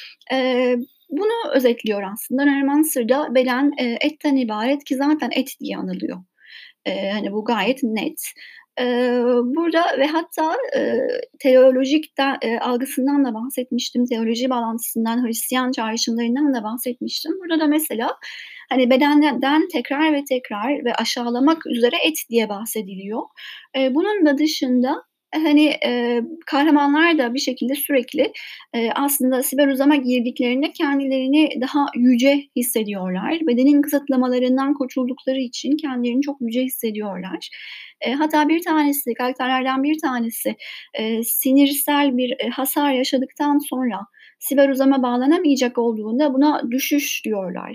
Speaker 2: eee, bunu özetliyor aslında. Neuromancer'da beden, eee, etten ibaret ki zaten et diye anılıyor. Eee, hani, bu gayet net. Eee, burada ve hatta, eee, teleolojik de eee, algısından da bahsetmiştim. Teoloji bağlantısından, Hristiyan çağrışımlarından da bahsetmiştim. Burada da mesela, hani, bedenden tekrar ve tekrar ve aşağılamak üzere et diye bahsediliyor. Eee, bunun da dışında, hani, eee, kahramanlar da bir şekilde sürekli, eee, aslında siber uzama girdiklerinde kendilerini daha yüce hissediyorlar. Bedenin kısıtlamalarından kurtuldukları için kendilerini çok yüce hissediyorlar. Eee, hatta bir tanesi, karakterlerden bir tanesi, eee, sinirsel bir, eee, hasar yaşadıktan sonra siber uzama bağlanamayacak olduğunda buna düşüş diyorlar.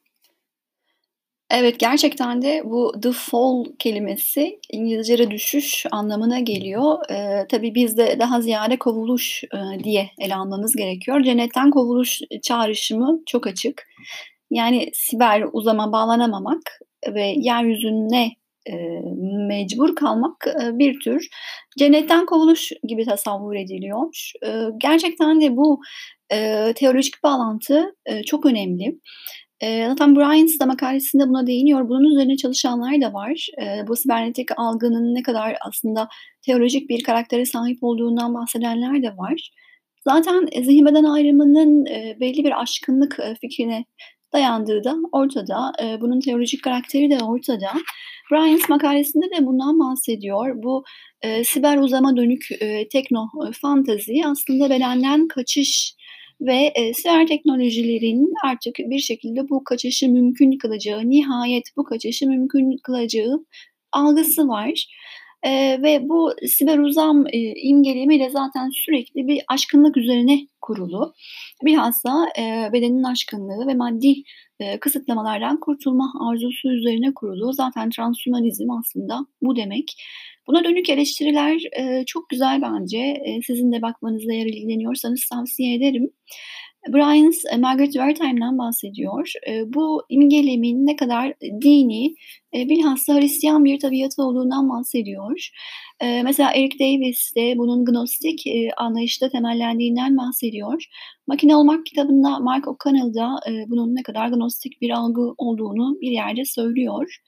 Speaker 2: Evet, gerçekten de bu "the fall" kelimesi İngilizce'de düşüş anlamına geliyor. Eee, tabii bizde daha ziyade kovuluş, eee, diye ele almamız gerekiyor. Cennetten kovuluş çağrışımı çok açık. Yani siber uzama bağlanamamak ve yeryüzüne, eee, mecbur kalmak, eee, bir tür cennetten kovuluş gibi tasavvur ediliyor. Eee, gerçekten de bu, eee, teolojik bağlantı, eee, çok önemli. Eee, zaten Bryans da makalesinde buna değiniyor. Bunun üzerine çalışanlar da var. Eee, bu sibernetik algının ne kadar aslında teolojik bir karaktere sahip olduğundan bahsedenler de var. Zaten, eee, zihin beden ayrımının, eee, belli bir aşkınlık, eee, fikrine dayandığı da ortada. Eee, bunun teolojik karakteri de ortada. Bryans makalesinde de bundan bahsediyor. Bu, eee, siber uzama dönük, eee, tekno, eee, fantazi aslında bedenden kaçış ve, eee, siber teknolojilerin artık bir şekilde bu kaçışı mümkün kılacağı, nihayet bu kaçışı mümkün kılacağı algısı var. Eee, ve bu siber uzam, eee, imgelemi de zaten sürekli bir aşkınlık üzerine kurulu. Bilhassa, eee, bedenin aşkınlığı ve maddi, eee, kısıtlamalardan kurtulma arzusu üzerine kurulu. Zaten transhümanizm aslında bu demek. Buna dönük eleştiriler, eee, çok güzel bence. Eee, sizin de bakmanızda eğer ilgileniyorsanız tavsiye ederim. Bryans, eee, Margaret Wertheim'den bahsediyor. Eee, bu imgelemin ne kadar dini, eee, bilhassa Hristiyan bir tabiatı olduğundan bahsediyor. Eee, mesela Eric Davis de bunun gnostik, eee, anlayışta temellendiğinden bahsediyor. Makine Olmak kitabında Mark O'Connell da, eee, bunun ne kadar gnostik bir algı olduğunu bir yerde söylüyor.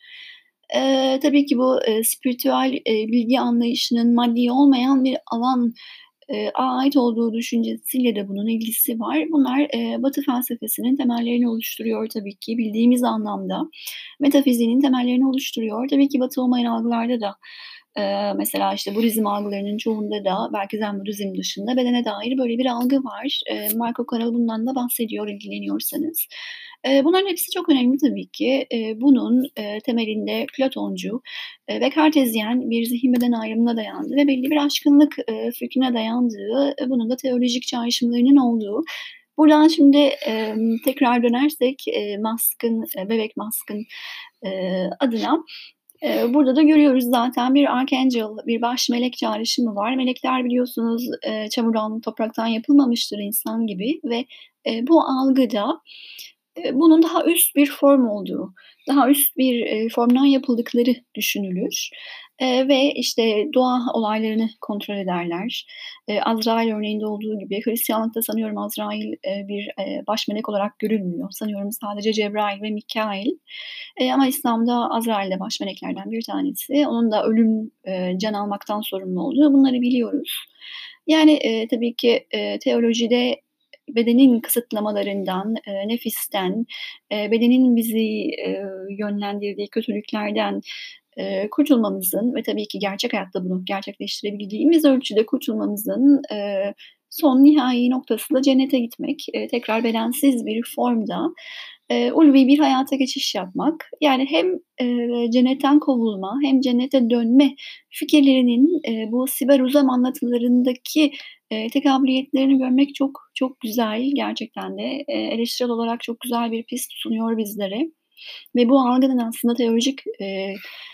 Speaker 2: Eee, tabii ki bu, eee, spiritüel, eee, bilgi anlayışının maddi olmayan bir alan, eee, ait olduğu düşüncesiyle de bunun ilgisi var. Bunlar, eee, Batı felsefesinin temellerini oluşturuyor tabii ki bildiğimiz anlamda. Metafiziğin temellerini oluşturuyor. Tabii ki Batı olmayan algılarda da, eee, mesela, işte, Budizm algılarının çoğunda da belki Zen Budizm dışında bedene dair böyle bir algı var. Eee, Mark O'Connell bundan da bahsediyor ilgileniyorsanız. Eee, bunların hepsi çok önemli tabii ki. Eee, bunun, eee, temelinde Platoncu, eee, ve Kartezyen bir zihin beden ayrımına dayandığı ve belli bir aşkınlık, eee, fikrine dayandığı, eee, bunun da teolojik çağrışımlarının olduğu. Buradan şimdi, emm, tekrar dönersek, eee, Musk'ın, eee, Bebek Musk'ın, eee, adına, eee, burada da görüyoruz zaten bir archangel, bir baş melek çağrışımı var. Melekler biliyorsunuz, eee, çamurdan, topraktan yapılmamıştır insan gibi ve, eee, bu algıda, eee, bunun daha üst bir form olduğu, daha üst bir, eee, formdan yapıldıkları düşünülür, eee, ve, işte, doğa olaylarını kontrol ederler. Eee, Azrail örneğinde olduğu gibi Hristiyanlıkta sanıyorum Azrail, eee, bir, eee, baş melek olarak görülmüyor. Sanıyorum sadece Cebrail ve Mikail. Eee, ama İslam'da Azrail de baş meleklerden bir tanesi. Onun da ölüm, eee, can almaktan sorumlu olduğu bunları biliyoruz. Yani, eee, tabii ki, eee, teolojide bedenin kısıtlamalarından, eee, nefisten, eee, bedenin bizi, eee, yönlendirdiği kötülüklerden, eee, kurtulmamızın ve tabii ki gerçek hayatta bunu gerçekleştirebildiğimiz ölçüde kurtulmamızın, eee, son nihai noktası da cennete gitmek. Eee, tekrar bedensiz bir formda, eee, ulvi bir hayata geçiş yapmak. Yani hem, eee, cennetten kovulma hem cennete dönme fikirlerinin, eee, bu siber uzam anlatılarındaki, eee, tekabüliyetlerini görmek çok çok güzel gerçekten de. Eee, eleştirel olarak çok güzel bir pist sunuyor bizlere ve bu algının aslında teolojik, eee,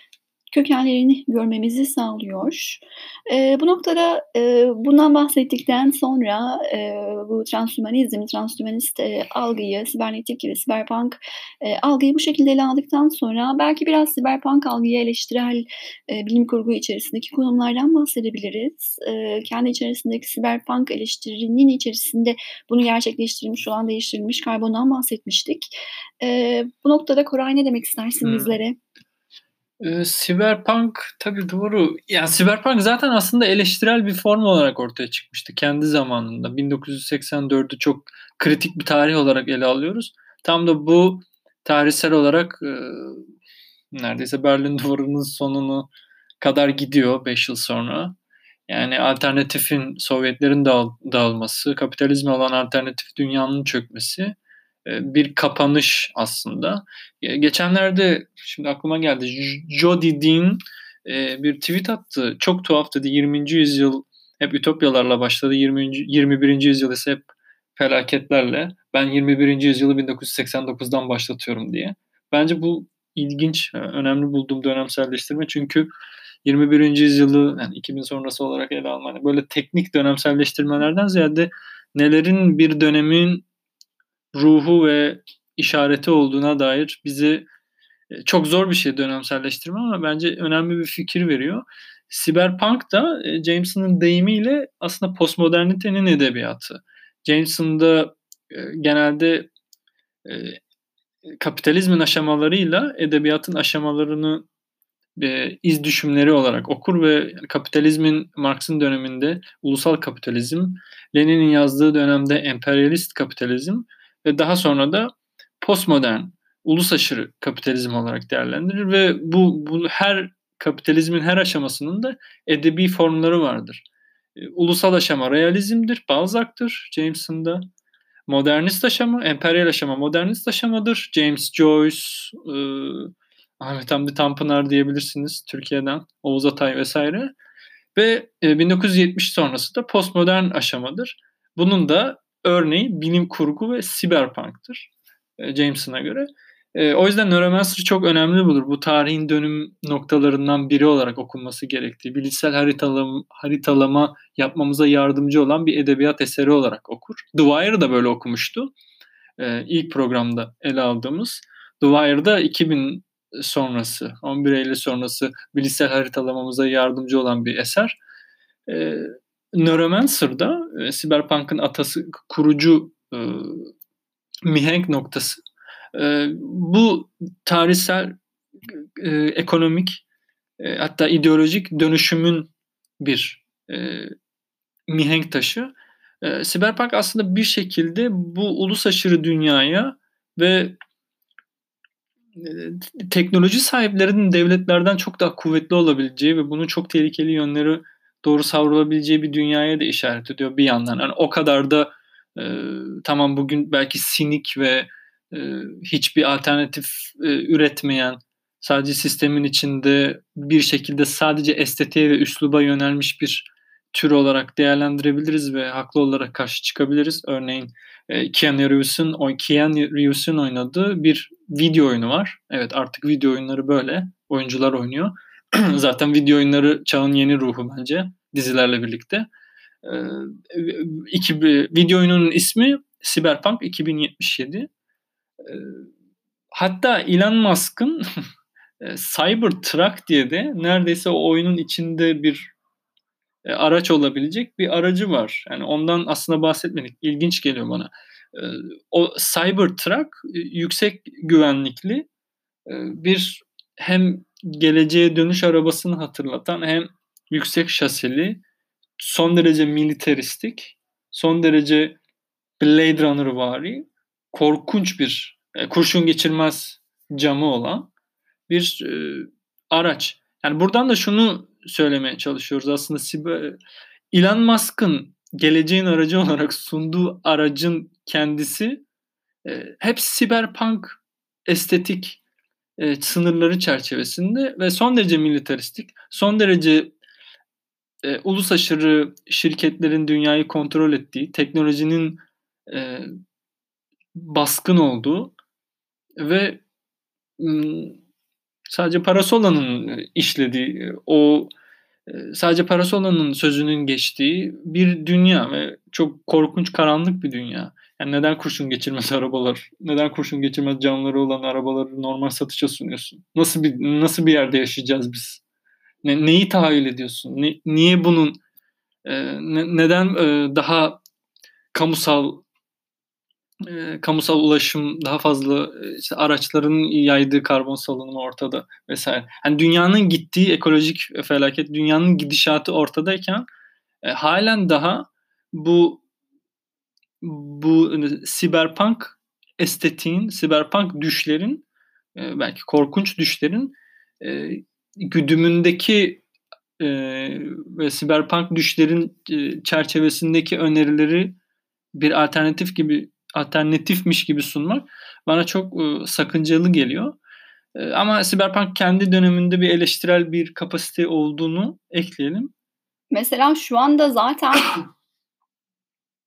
Speaker 2: kökenlerini görmemizi sağlıyor. Eee, bu noktada, eee, bundan bahsettikten sonra, eee, bu transhümanizm, transhümanist, eee, algıyı, sibernetik ve siberpunk, eee, algıyı bu şekilde ele aldıktan sonra belki biraz siberpunk algıya eleştirel, eee, bilim kurgu içerisindeki konumlardan bahsedebiliriz. Eee, kendi içerisindeki siberpunk eleştirinin içerisinde bunu gerçekleştirilmiş olan değiştirilmiş karbondan bahsetmiştik. Eee, bu noktada Koray ne demek istersin
Speaker 1: Hımm.
Speaker 2: bizlere?
Speaker 1: Eee, siberpunk tabii doğru. Ya, siberpunk zaten aslında eleştirel bir form olarak ortaya çıkmıştı kendi zamanında. bin dokuz yüz seksen dördü çok kritik bir tarih olarak ele alıyoruz. Tam da bu tarihsel olarak, ııı, neredeyse Berlin Duvarı'nın sonunu kadar gidiyor beş yıl sonra. Yani alternatifin, Sovyetlerin dağıl dağılması, kapitalizme olan alternatif dünyanın çökmesi, eee, bir kapanış aslında. Eee, geçenlerde şimdi aklıma geldi. J Jodi Dean, eee, bir tweet attı. Çok tuhaf dedi. yirminci yüzyıl hep ütopyalarla başladı. yirminci yirmi birinci yüzyıl ise hep felaketlerle ben yirmi birinci yüzyılı bin dokuz yüz seksen dokuzdan başlatıyorum diye. Bence bu ilginç, önemli bulduğum dönemselleştirme çünkü yirmi birinci yüzyılı yani iki bin sonrası olarak ele almak böyle teknik dönemselleştirmelerden ziyade nelerin bir dönemin ruhu ve işareti olduğuna dair bizi çok zor bir şey dönemselleştirme ama bence önemli bir fikir veriyor. Cyberpunk da Jameson'ın deyimiyle aslında postmodernitenin edebiyatı. Jameson'da genelde kapitalizmin aşamalarıyla edebiyatın aşamalarını e, iz düşümleri olarak okur ve kapitalizmin Marx'ın döneminde ulusal kapitalizm, Lenin'in yazdığı dönemde emperyalist kapitalizm ve daha sonra da postmodern, ulus aşırı kapitalizm olarak değerlendirir ve bu, bu her kapitalizmin her aşamasının da edebi formları vardır. E, ulusal aşama realizmdir, Balzac'tır Jameson'da. Modernist aşama, emperyal aşama modernist aşamadır. James Joyce, e, Ahmet Hamdi Tanpınar diyebilirsiniz Türkiye'den, Oğuz Atay vesaire. Ve e, bin dokuz yüz yetmiş sonrası da postmodern aşamadır. Bunun da örneği bilim kurgu ve siberpunk'tır e, Jameson'a göre. E, o yüzden Neuromancer'ı çok önemli bulur. Bu tarihin dönüm noktalarından biri olarak okunması gerektiği, bilişsel haritalama, haritalama yapmamıza yardımcı olan bir edebiyat eseri olarak okur. The Wire'ı da böyle okumuştu. E, ilk programda ele aldığımız. The Wire'da iki bin sonrası, on bir Eylül sonrası bilişsel haritalamamıza yardımcı olan bir eser. E, Neuromancer'da e, Cyberpunk'ın atası, kurucu e, mihenk noktası e, bu tarihsel, e, ekonomik e, hatta ideolojik dönüşümün bir e, mihenk taşı. E, Cyberpunk aslında bir şekilde bu ulus aşırı dünyaya ve e, teknoloji sahiplerinin devletlerden çok daha kuvvetli olabileceği ve bunun çok tehlikeli yönleri doğru savrulabileceği bir dünyaya da işaret ediyor bir yandan. Yani o kadar da e, tamam bugün belki sinik ve e, hiçbir alternatif e, üretmeyen, sadece sistemin içinde bir şekilde sadece estetiğe ve üsluba yönelmiş bir tür olarak değerlendirebiliriz ve haklı olarak karşı çıkabiliriz. Örneğin e, Keanu Reeves'in, Keanu Reeves'in oynadığı bir video oyunu var. Evet, artık video oyunları böyle. Oyuncular oynuyor. Zaten video oyunları çağın yeni ruhu bence dizilerle birlikte. E, iki, video oyununun ismi Cyberpunk iki bin yetmiş yedi. E, hatta Elon Musk'ın Cybertruck diye de neredeyse o oyunun içinde bir e, araç olabilecek bir aracı var. Yani ondan aslında bahsetmedik. İlginç geliyor bana. E, o Cybertruck e, yüksek güvenlikli e, bir hem geleceğe dönüş arabasını hatırlatan hem yüksek şasili, son derece militaristik, son derece Blade Runner'vari, korkunç bir e, kurşun geçirmez camı olan bir e, araç. Yani buradan da şunu söylemeye çalışıyoruz aslında. Elon Musk'ın geleceğin aracı olarak sunduğu aracın kendisi e, hep siberpunk estetik e, sınırları çerçevesinde ve son derece militaristik, son derece e, ulus aşırı şirketlerin dünyayı kontrol ettiği, teknolojinin e, baskın olduğu ve m, sadece parası olanın işlediği, o sadece parası olanın sözünün geçtiği bir dünya ve çok korkunç, karanlık bir dünya. Yani neden kurşun geçirmez arabalar, neden kurşun geçirmez camları olan arabaları normal satışa sunuyorsun? Nasıl bir nasıl bir yerde yaşayacağız biz? Ne, neyi tahayyül ediyorsun? Ne, niye bunun e, ne, neden e, daha kamusal e, kamusal ulaşım daha fazla işte araçların yaydığı karbon salınımı ortada vesaire. Yani dünyanın gittiği ekolojik felaket, dünyanın gidişatı ortadayken e, halen daha bu bu siberpunk estetiğin, siberpunk düşlerin e, belki korkunç düşlerin e, güdümündeki e, ve siberpunk düşlerin e, çerçevesindeki önerileri bir alternatif gibi alternatifmiş gibi sunmak bana çok e, sakıncalı geliyor. E, ama Cyberpunk kendi döneminde bir eleştirel bir kapasite olduğunu ekleyelim.
Speaker 2: Mesela şu anda zaten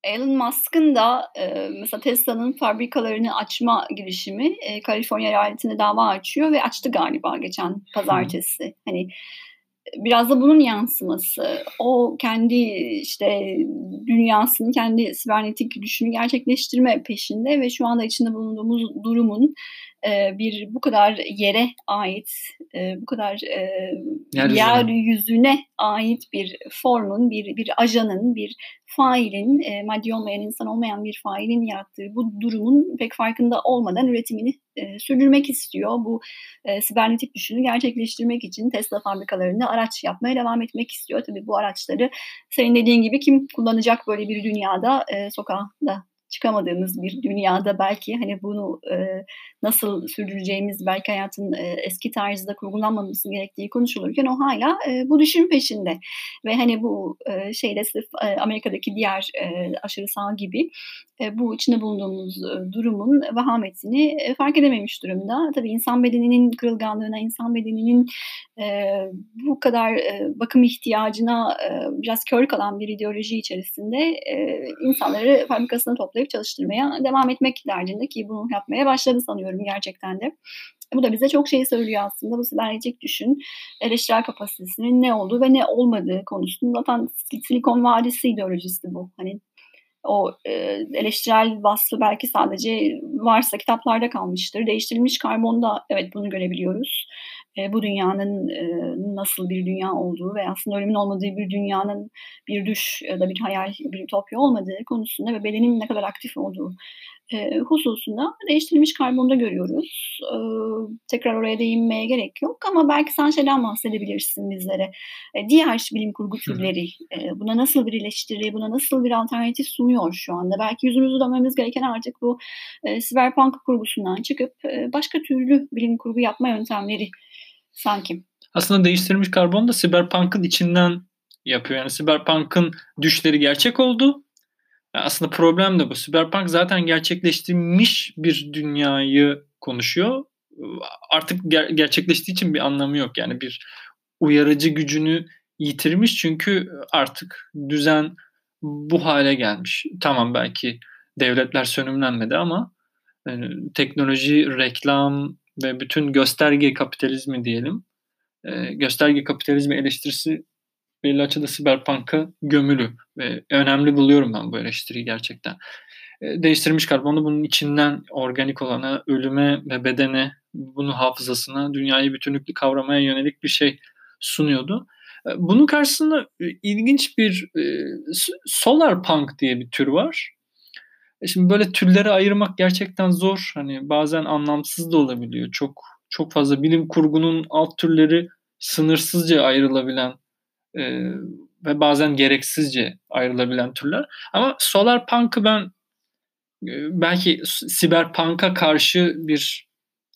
Speaker 2: Elon Musk'ın da, eee, mesela Tesla'nın fabrikalarını açma girişimi, eee, Kaliforniya eyaletinde dava açıyor ve açtı galiba geçen
Speaker 1: Hı.
Speaker 2: pazartesi. Hani, biraz da bunun yansıması. O kendi, işte, dünyasını, kendi sibernetik gücünü gerçekleştirme peşinde ve şu anda içinde bulunduğumuz durumun, eee, bir bu kadar yere ait, eee, bu kadar, eee,
Speaker 1: Yeryüzüne.
Speaker 2: yeryüzüne ait bir formun, bir bir ajanın, bir failin, eee, maddi olmayan, insan olmayan bir failin yarattığı bu durumun pek farkında olmadan üretimini, eee, sürdürmek istiyor. Bu, eee, sibernetik düşünü gerçekleştirmek için Tesla fabrikalarında araç yapmaya devam etmek istiyor. Tabii bu araçları senin dediğin gibi kim kullanacak böyle bir dünyada, eee, sokağa da çıkamadığımız bir dünyada belki, hani, bunu, eee, nasıl sürdüreceğimiz, belki hayatın, eee, eski tarzda kurgulanmaması gerektiği konuşulurken o hâlâ, eee, bu düşün peşinde ve, hani, bu, eee, şeyde sırf, eee, Amerika'daki diğer, eee, aşırı sağ gibi, eee, bu içinde bulunduğumuz, ııı, durumun vehametini, eee, fark edememiş durumda. Tabii insan bedeninin kırılganlığına, insan bedeninin, eee, bu kadar, eee, bakım ihtiyacına, eee, biraz kör kalan bir ideoloji içerisinde, eee, insanları fabrikasına toplayıp çalıştırmaya devam etmek derdinde ki bunu yapmaya başladı sanıyorum gerçekten de. Bu da bize çok şey söylüyor aslında. Bu sibernetik düşün, eleştirel kapasitesinin ne olduğu ve ne olmadığı konusunda zaten Si Silikon Vadisi ideolojisi bu. Hani, o, eee, eleştirel vasfı belki sadece varsa kitaplarda kalmıştır. Değiştirilmiş karbonda evet bunu görebiliyoruz. Eee, bu dünyanın, eee, nasıl bir dünya olduğu ve aslında ölümün olmadığı bir dünyanın bir düş ya da bir hayal, bir ütopya olmadığı konusunda ve bedenin ne kadar aktif olduğu, eee, hususunda değiştirilmiş karbonda görüyoruz. Iıı, tekrar oraya değinmeye gerek yok ama belki sen şeyden bahsedebilirsin bizlere. Eee, diğer bilim kurgu
Speaker 1: Hı hı.
Speaker 2: türleri, eee, buna nasıl bir eleştiri, buna nasıl bir alternatif sunuyor şu anda? Belki yüzümüzü dönmemiz gereken artık bu, eee, siberpunk kurgusundan çıkıp, eee, başka türlü bilim kurgu yapma yöntemleri sanki.
Speaker 1: Aslında değiştirilmiş karbon da Cyberpunk'ın içinden yapıyor. Yani Cyberpunk'ın düşleri gerçek oldu. Ya, aslında problem de bu. Cyberpunk zaten gerçekleştirilmiş bir dünyayı konuşuyor. Iıı, artık ger gerçekleştiği için bir anlamı yok. Yani bir uyarıcı gücünü yitirmiş çünkü artık düzen bu hâle gelmiş. Tamam, belki devletler sönümlenmedi ama, eee, teknoloji, reklam ve bütün gösterge kapitalizmi diyelim, eee, gösterge kapitalizmi eleştirisi belli açıda Cyberpunk'a gömülü ve önemli buluyorum ben bu eleştiriyi gerçekten. Eee, değiştirilmiş karbon da bunun içinden organik olana, ölüme ve bedene, bunun hafızasına, dünyayı bütünlüklü kavramaya yönelik bir şey sunuyordu. Eee, bunun karşısında, eee, ilginç bir, eee, s Solarpunk diye bir tür var. E, şimdi böyle türlere ayırmak gerçekten zor. Hani, bazen anlamsız da olabiliyor. Çok çok fazla bilim kurgunun alt türleri sınırsızca ayrılabilen, eee, ve bazen gereksizce ayrılabilen türler. Ama Solarpunk'ı ben, eee, belki s Siberpunk'a karşı bir,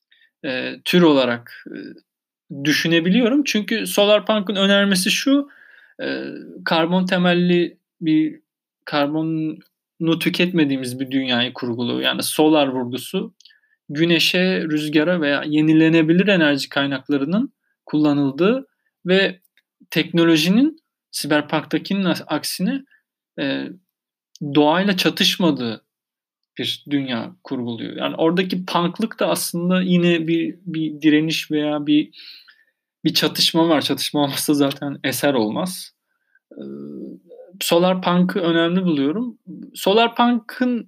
Speaker 1: eee, tür olarak, eee, düşünebiliyorum. Çünkü Solarpunk'ın önermesi şu: Eee, karbon temelli bir karbonu tüketmediğimiz bir dünyayı kurguluyor. Yani solar vurgusu, güneşe, rüzgâra veya yenilenebilir enerji kaynaklarının kullanıldığı ve teknolojinin Cyberpunk'takinin as aksine, eee, doğayla çatışmadığı bir dünya kurguluyor. Yani oradaki punk'lık da aslında yine bir bir direniş veya bir bir çatışma var. Çatışma olmazsa zaten eser olmaz. Iıı, Solarpunk'ı önemli buluyorum. Solarpunk'ın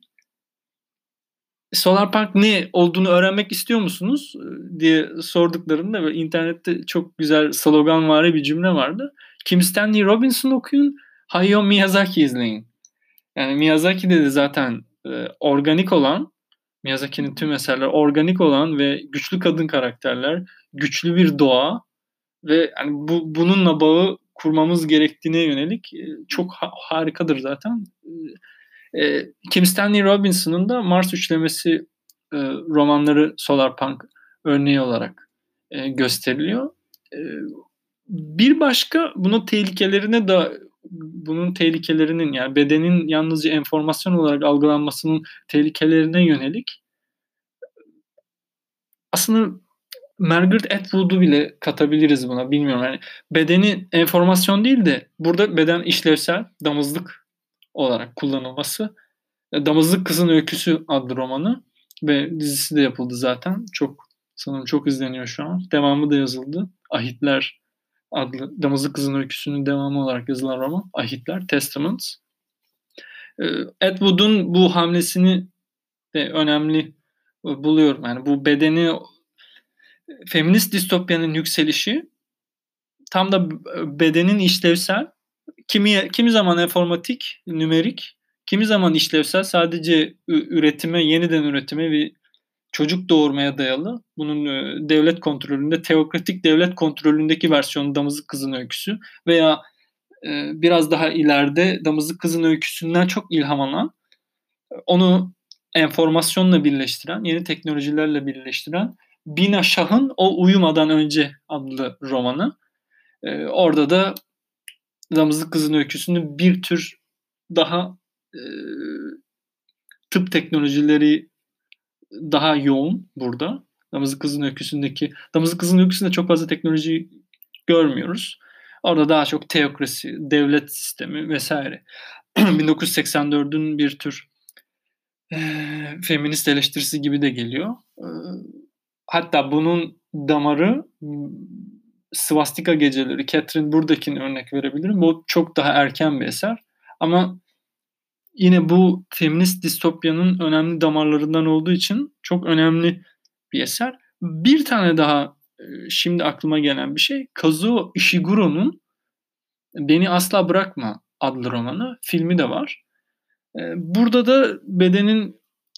Speaker 1: Solarpunk ne olduğunu öğrenmek istiyor musunuz, ııı, diye sorduklarında böyle internette çok güzel sloganvari bir cümle vardı. Kim Stanley Robinson okuyun, Hayao Miyazaki izleyin. Yani Miyazaki de zaten, eee, organik olan,
Speaker 2: Hı
Speaker 1: Miyazaki'nin
Speaker 2: hı.
Speaker 1: tüm eserleri organik olan ve güçlü kadın karakterler, güçlü bir doğa ve hani bu bununla bağı kurmamız gerektiğine yönelik, eee, çok ha harikadır zaten. Iıı, eee, Kim Stanley Robinson'ın da Mars Üçlemesi, eee, romanları Solarpunk örneği olarak, eee, gösteriliyor. Eee, bir başka bunun tehlikelerine da bunun tehlikelerinin yani bedenin yalnızca enformasyon olarak algılanmasının tehlikelerine yönelik aslında Margaret Atwood'u bile katabiliriz buna. Bilmiyorum, yani bedeni enformasyon değil de burada beden işlevsel, damızlık. olarak kullanılması. Damızlık Kızın Öyküsü adlı romanı ve dizisi de yapıldı zaten. Çok sanırım çok izleniyor şu an. Devamı da yazıldı. Ahitler adlı Damızlık Kızın Öyküsü'nün devamı olarak yazılan roman. Ahitler, Testaments. Ed Wood'un bu hamlesini de önemli buluyorum. Yani bu bedeni, feminist distopyanın yükselişi tam da bedenin işlevsel, kimi kimi zaman enformatik, nümerik, kimi zaman işlevsel, sadece üretime, yeniden üretime ve çocuk doğurmaya dayalı. Bunun devlet kontrolünde, teokratik devlet kontrolündeki versiyonu Damızlık Kızın Öyküsü veya e, biraz daha ileride Damızlık Kızın Öyküsü'nden çok ilham alan, onu enformasyonla birleştiren, yeni teknolojilerle birleştiren Bina Shah'ın O Uyumadan Önce adlı romanı. Ee, orada da Damızlık Kızın Öyküsü'nü bir tür daha e, tıp teknolojileri daha yoğun burada. Damızlık Kızın Öyküsü'ndeki Damızlık Kızın Öyküsü'nde çok fazla teknoloji görmüyoruz. Orada daha çok teokrasi, devlet sistemi vesaire. bin dokuz yüz seksen dördün bir tür e, feminist eleştirisi gibi de geliyor. E, hatta bunun damarı Svastika Geceleri, Catherine Burdakin örnek verebilirim. Bu çok daha erken bir eser. Ama yine bu feminist distopyanın önemli damarlarından olduğu için çok önemli bir eser. Bir tane daha şimdi aklıma gelen bir şey, Kazuo Ishiguro'nun Beni Asla Bırakma adlı romanı. Filmi de var. Burada da bedenin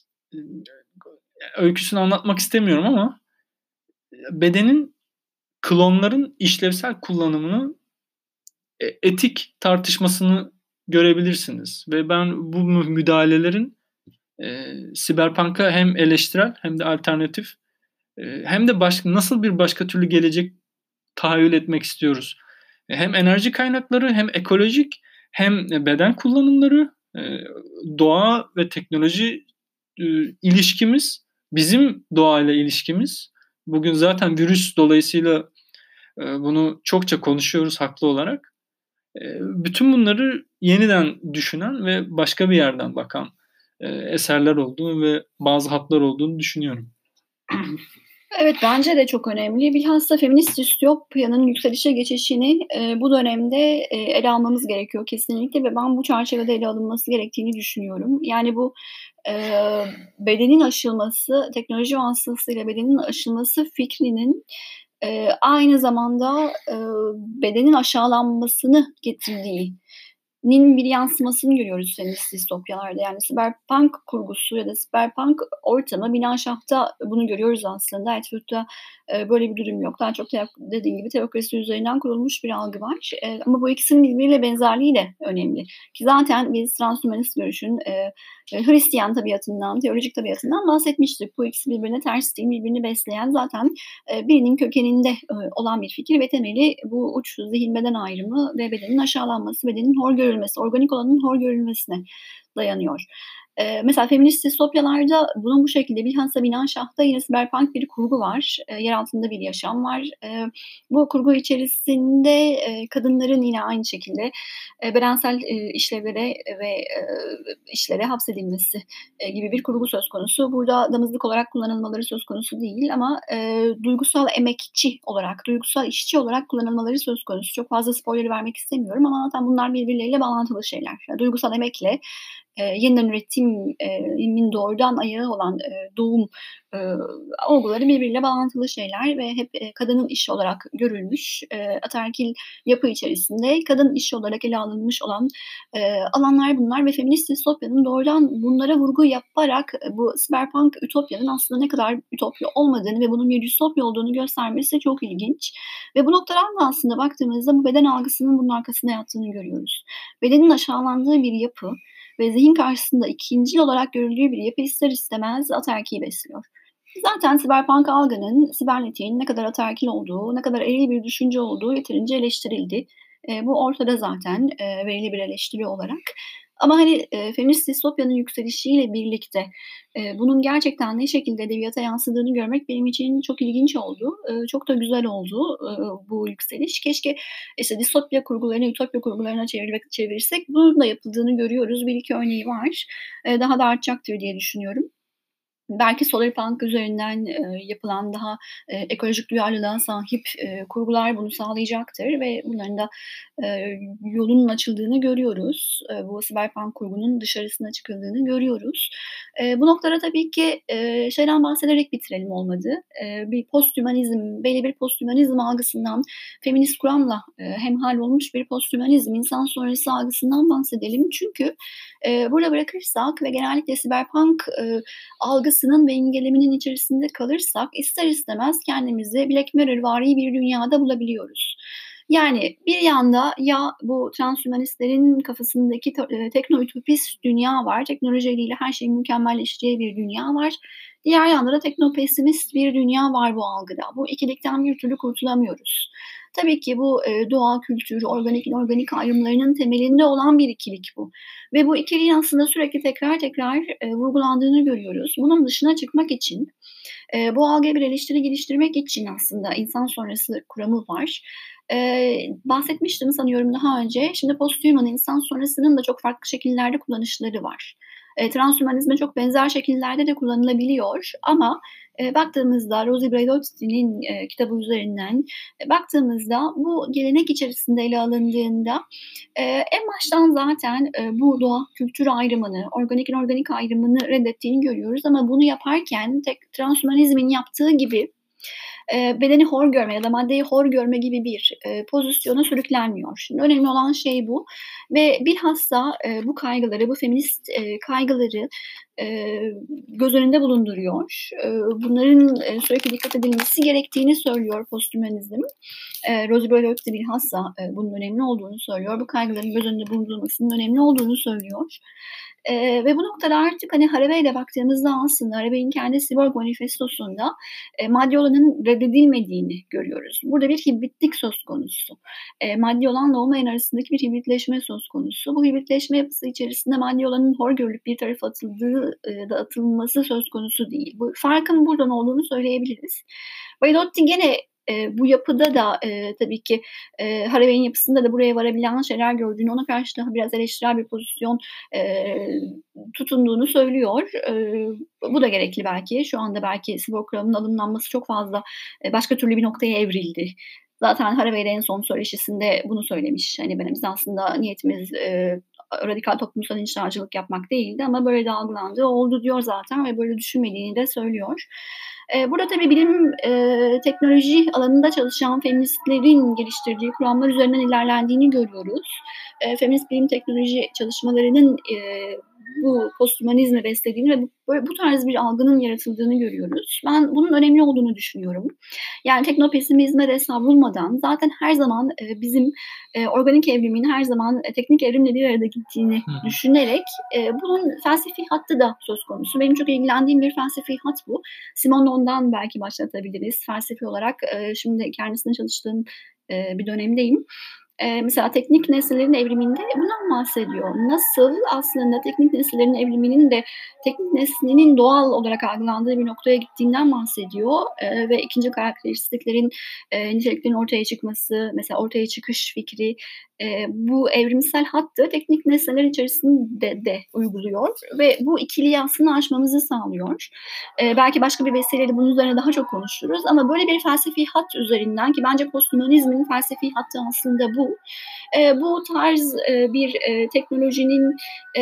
Speaker 1: öyküsünü anlatmak istemiyorum ama bedenin, klonların işlevsel kullanımını, etik tartışmasını görebilirsiniz. Ve ben bu müdahalelerin e, Cyberpunk'a hem eleştirel hem de alternatif e, hem de başka, nasıl bir başka türlü gelecek tahayyül etmek istiyoruz. E, hem enerji kaynakları, hem ekolojik, hem beden kullanımları, e, doğa ve teknoloji e, ilişkimiz, bizim doğayla ilişkimiz. Bugün zaten virüs dolayısıyla e, bunu çokça konuşuyoruz haklı olarak. Bütün bunları yeniden düşünen ve başka bir yerden bakan eserler olduğunu ve bazı hatlar olduğunu düşünüyorum.
Speaker 2: Evet, bence de çok önemli. Bilhassa feminist distopyanın yükselişe geçişini e, bu dönemde e, ele almamız gerekiyor kesinlikle ve ben bu çerçevede ele alınması gerektiğini düşünüyorum. Yani bu e, bedenin aşılması, teknoloji vasıtasıyla bedenin aşılması fikrinin e, aynı zamanda e, bedenin aşağılanmasını getirdiği nin bir yansımasını görüyoruz feminist distopyalarda. Yani Cyberpunk kurgusu ya da Cyberpunk ortamı, Bina Shah'ta bunu görüyoruz aslında. Atwood'da e, böyle bir durum yok. Daha çok te- dediğim gibi teokrasi üzerinden kurulmuş bir algı var. E, ama bu ikisinin birbiriyle benzerliği de önemli. Ki zaten biz transhumanist görüşün e, Hristiyan tabiatından, teolojik tabiatından bahsetmiştik. Bu ikisi birbirine ters değil, birbirini besleyen, zaten e, birinin kökeninde e, olan bir fikir ve temeli bu uç zihin beden ayrımı ve bedenin aşağılanması, bedenin hor görülmesi, organik olanın hor görülmesine dayanıyor. Ee, mesela feminist distopyalarda bunun bu şekilde, bilhassa Bina Shah'ta yine cyberpunk bir kurgu var. E, yer altında bir yaşam var. E, bu kurgu içerisinde e, kadınların yine aynı şekilde e, bedensel e, işlevlere ve e, işlere hapsedilmesi e, gibi bir kurgu söz konusu. Burada damızlık olarak kullanılmaları söz konusu değil ama e, duygusal emekçi olarak, duygusal işçi olarak kullanılmaları söz konusu. Çok fazla spoiler vermek istemiyorum ama zaten bunlar birbirleriyle bağlantılı şeyler. Yani duygusal emekle e, yeniden üretimin doğrudan ayağı olan e, doğum e, olguları birbiriyle bağlantılı şeyler ve hep e, kadının işi olarak görülmüş, e, ataerkil yapı içerisinde kadın işi olarak ele alınmış olan e, alanlar bunlar ve feminist distopyanın doğrudan bunlara vurgu yaparak e, bu cyberpunk ütopyanın aslında ne kadar ütopya olmadığını ve bunun bir distopya olduğunu göstermesi çok ilginç. Ve bu noktadan da aslında baktığımızda bu beden algısının bunun arkasında yattığını görüyoruz. Bedenin aşağılandığı bir yapı ve zihin karşısında ikincil olarak görüldüğü bir yapı ister istemez ataerkiyi besliyor. Zaten siberpunk algının, sibernetiğin ne kadar ataerkil olduğu, ne kadar eril bir düşünce olduğu yeterince eleştirildi. E, bu ortada zaten e, verili bir eleştiri olarak. Ama, hani, eee, feminist distopyanın yükselişiyle birlikte, eee, bunun gerçekten ne şekilde edebiyata yansıdığını görmek benim için çok ilginç oldu. Eee, çok da güzel oldu, ııı, bu yükseliş. Keşke, işte, distopya kurgularını ütopya kurgularına çevirmek çevirsek. Bunun da yapıldığını görüyoruz. Bir iki örneği var. Eee, daha da artacaktır diye düşünüyorum. Belki Solarpunk üzerinden, eee, yapılan daha, eee, ekolojik duyarlılığa sahip, eee, kurgular bunu sağlayacaktır ve bunların da, eee, yolunun açıldığını görüyoruz. Eee, bu Cyberpunk kurgunun dışarısına çıkıldığını görüyoruz. Eee, bu noktada tabii ki, eee, şeyden bahsederek bitirelim olmadı. Eee, bir posthümanizm, belli bir posthümanizm algısından, feminist kuramla, eee, hemhâl olmuş bir posthümanizm, insan sonrası algısından bahsedelim. Çünkü, eee, burada bırakırsak ve genellikle Cyberpunk, eee, algısının ve imgeleminin içerisinde kalırsak ister istemez kendimizi Black Mirrorvari bir dünyada bulabiliyoruz. Yani bir yanda ya bu transhümanistlerin kafasındaki to eee, teknoütopist dünya var, teknoloji eliyle her şeyin mükemmelleşeceği bir dünya var. Diğer yanda da teknopesimist bir dünya var bu algıda. Bu ikilikten bir türlü kurtulamıyoruz. Tabii ki bu, eee, doğa, kültür, organik, inorganik ayrımlarının temelinde olan bir ikilik bu ve bu ikiliğin aslında sürekli tekrar tekrar, eee, vurgulandığını görüyoruz. Bunun dışına çıkmak için, eee, bu algıya bir eleştiri geliştirmek için aslında insan sonrası kuramı var. Eee, bahsetmiştim sanıyorum daha önce. Şimdi posthuman, insan sonrasının da çok farklı şekillerde kullanışları var. Eee, transhümanizme çok benzer şekillerde de kullanılabiliyor ama, eee, baktığımızda Rosi Braidotti'nin, eee, kitabı üzerinden, eee, baktığımızda bu gelenek içerisinde ele alındığında, eee, en baştan zaten, eee, bu doğa kültür ayrımını, organik inorganik ayrımını reddettiğini görüyoruz ama bunu yaparken tek transhümanizmin yaptığı gibi, eee, bedeni hor görme ya da maddeyi hor görme gibi bir, eee, pozisyona sürüklenmiyor. Şimdi önemli olan şey bu ve bilhassa, eee, bu kaygıları, bu feminist, eee, kaygıları, eee, göz önünde bulunduruyor. Eee, bunların, eee, sürekli dikkat edilmesi gerektiğini söylüyor posthümanizm. Eee, Rosi Braidotti bilhassa, eee, bunun önemli olduğunu söylüyor. Bu kaygıların göz önünde bulundurulmasının önemli olduğunu söylüyor. Eee, ve bu noktada artık, hani, Haraway'e baktığımızda aslında Haraway'in kendi Cyborg Manifestosu'nda, eee, maddi olanın reddedilmediğini görüyoruz. Burada bir hibritlik söz konusu. Eee, maddi olanla olmayan arasındaki bir hibritleşme söz konusu. Bu hibritleşme yapısı içerisinde maddi olanın hor görülüp bir tarafa atıldığı, eee, da atılması söz konusu değil. Bu farkın buradan olduğunu söyleyebiliriz. Braidotti gene, eee, bu yapıda da, eee, tabii ki, eee, Haraway'in yapısında da buraya varabilen şeyler gördüğünü, ona karşı daha biraz eleştirel bir pozisyon, eee, tutunduğunu söylüyor. Eee, bu da gerekli belki. Şu anda belki Cyborg kuramının alımlanması çok fazla, eee, başka türlü bir noktaya evrildi. Zaten Haraway de en son söyleşisinde bunu söylemiş. Hani, ben biz aslında niyetimiz, eee, radikal toplumsal inç dağcılık yapmak değildi ama böyle de algılandı, oldu diyor zaten ve böyle düşünmediğini de söylüyor. Eee, burada tabii bilim, eee, teknoloji alanında çalışan feministlerin geliştirdiği kuramlar üzerinden ilerlendiğini görüyoruz. Eee, feminist bilim teknoloji çalışmalarının, eee, bu posthumanizmi beslediğini ve bu böyle bu tarz bir algının yaratıldığını görüyoruz. Ben bunun önemli olduğunu düşünüyorum. Yani teknopesimizme de savrulmadan zaten her zaman, eee, bizim, eee, organik evrimin her zaman, eee, teknik evrimle bir arada gittiğini
Speaker 1: Hı hı.
Speaker 2: düşünerek, eee, bunun felsefi hattı da söz konusu. Benim çok ilgilendiğim bir felsefi hat bu. Simon Don'dan belki başlatabiliriz felsefi olarak. Eee, şimdi kendisine çalıştığım, eee, bir dönemdeyim. Eee, mesela teknik nesnelerin evriminde bundan bahsediyor. Nasıl aslında teknik nesnelerin evriminin de teknik nesnenin doğal olarak algılandığı bir noktaya gittiğinden bahsediyor, eee, ve ikinci karakteristiklerin, eee, niteliklerin ortaya çıkması, mesela ortaya çıkış fikri, eee, bu evrimsel hattı teknik nesneler içerisinde de uyguluyor ve bu ikiliyi aslında aşmamızı sağlıyor. Eee, belki başka bir vesileyle bunun üzerine daha çok konuşuruz ama böyle bir felsefi hat üzerinden ki bence posthumanizmin felsefi hattı aslında bu. Eee, bu tarz, eee, bir, eee, teknolojinin,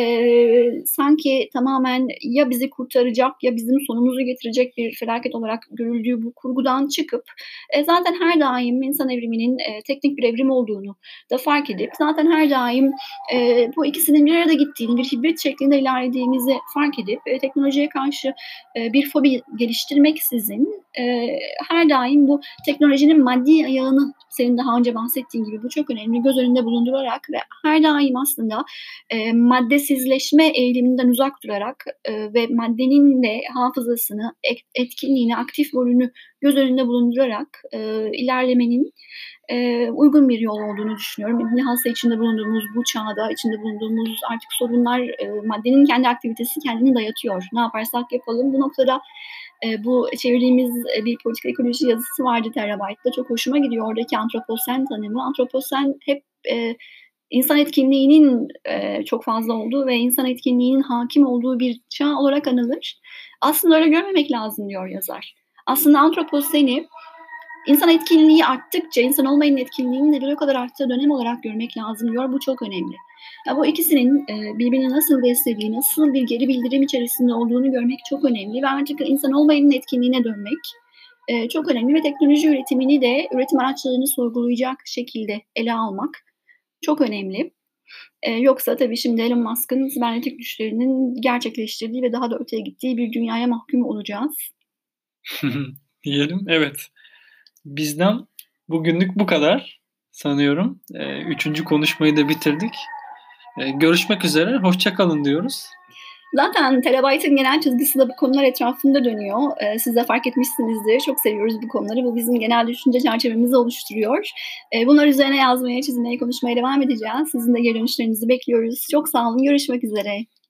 Speaker 2: eee, sanki tamamen ya bizi kurtaracak ya bizim sonumuzu getirecek bir felaket olarak görüldüğü bu kurgudan çıkıp, eee, zaten her daim insan evriminin, eee, teknik bir evrim olduğunu da fark edip zaten her daim, eee, bu ikisinin bir arada gittiğini, bir hibrit şeklinde ilerlediğimizi fark edip, eee, teknolojiye karşı, eee, bir fobi geliştirmeksizin eee, her daim bu teknolojinin maddi ayağını senin daha önce bahsettiğin gibi bu çok önemli göz önünde bulundurarak ve her daim aslında, eee, maddesizleşme eğiliminden uzak durarak, eee, ve maddenin de hafızasını, et etkinliğini, aktif rolünü göz önünde bulundurarak, eee, ilerlemenin, eee, uygun bir yol olduğunu düşünüyorum. Bilhassa içinde bulunduğumuz bu çağda, içinde bulunduğumuz artık sorunlar, eee, maddenin kendi aktivitesi kendini dayatıyor. Ne yaparsak yapalım bu noktada, eee, bu çevirdiğimiz, eee, bir politika ekoloji yazısı vardı Terabyte'da. Çok hoşuma gidiyor oradaki antroposen tanımı. Antroposen hep, eee, insan etkinliğinin, eee, çok fazla olduğu ve insan etkinliğinin hâkim olduğu bir çağ olarak anılır. Aslında öyle görmemek lazım diyor yazar. Aslında antroposeni insan etkinliği arttıkça insan olmayanın etkinliğinin de bir o kadar arttığı dönem olarak görmek lazım diyor. Bu çok önemli. Ya, bu ikisinin, eee, birbirini nasıl beslediği, nasıl bir geri bildirim içerisinde olduğunu görmek çok önemli ve artık insan olmayanın etkinliğine dönmek, eee, çok önemli ve teknoloji üretimini de üretim araçlarını sorgulayacak şekilde ele almak çok önemli. Eee, yoksa tabii şimdi Elon Musk'ın sibernetik düşlerinin gerçekleştirdiği ve daha da öteye gittiği bir dünyaya mahkum olacağız.
Speaker 1: Diyelim, evet. Bizden bugünlük bu kadar sanıyorum. Eee, üçüncü konuşmayı da bitirdik. Eee, görüşmek üzere, hoşça kalın diyoruz.
Speaker 2: Zaten Terabyte'ın genel çizgisi de bu konular etrafında dönüyor. Eee, siz de fark etmişsinizdir. Çok seviyoruz bu konuları. Bu bizim genel düşünce çerçevemizi oluşturuyor. Eee, bunlar üzerine yazmaya, çizmeye, konuşmaya devam edeceğiz. Sizin de geri dönüşlerinizi bekliyoruz. Çok sağ olun, görüşmek üzere.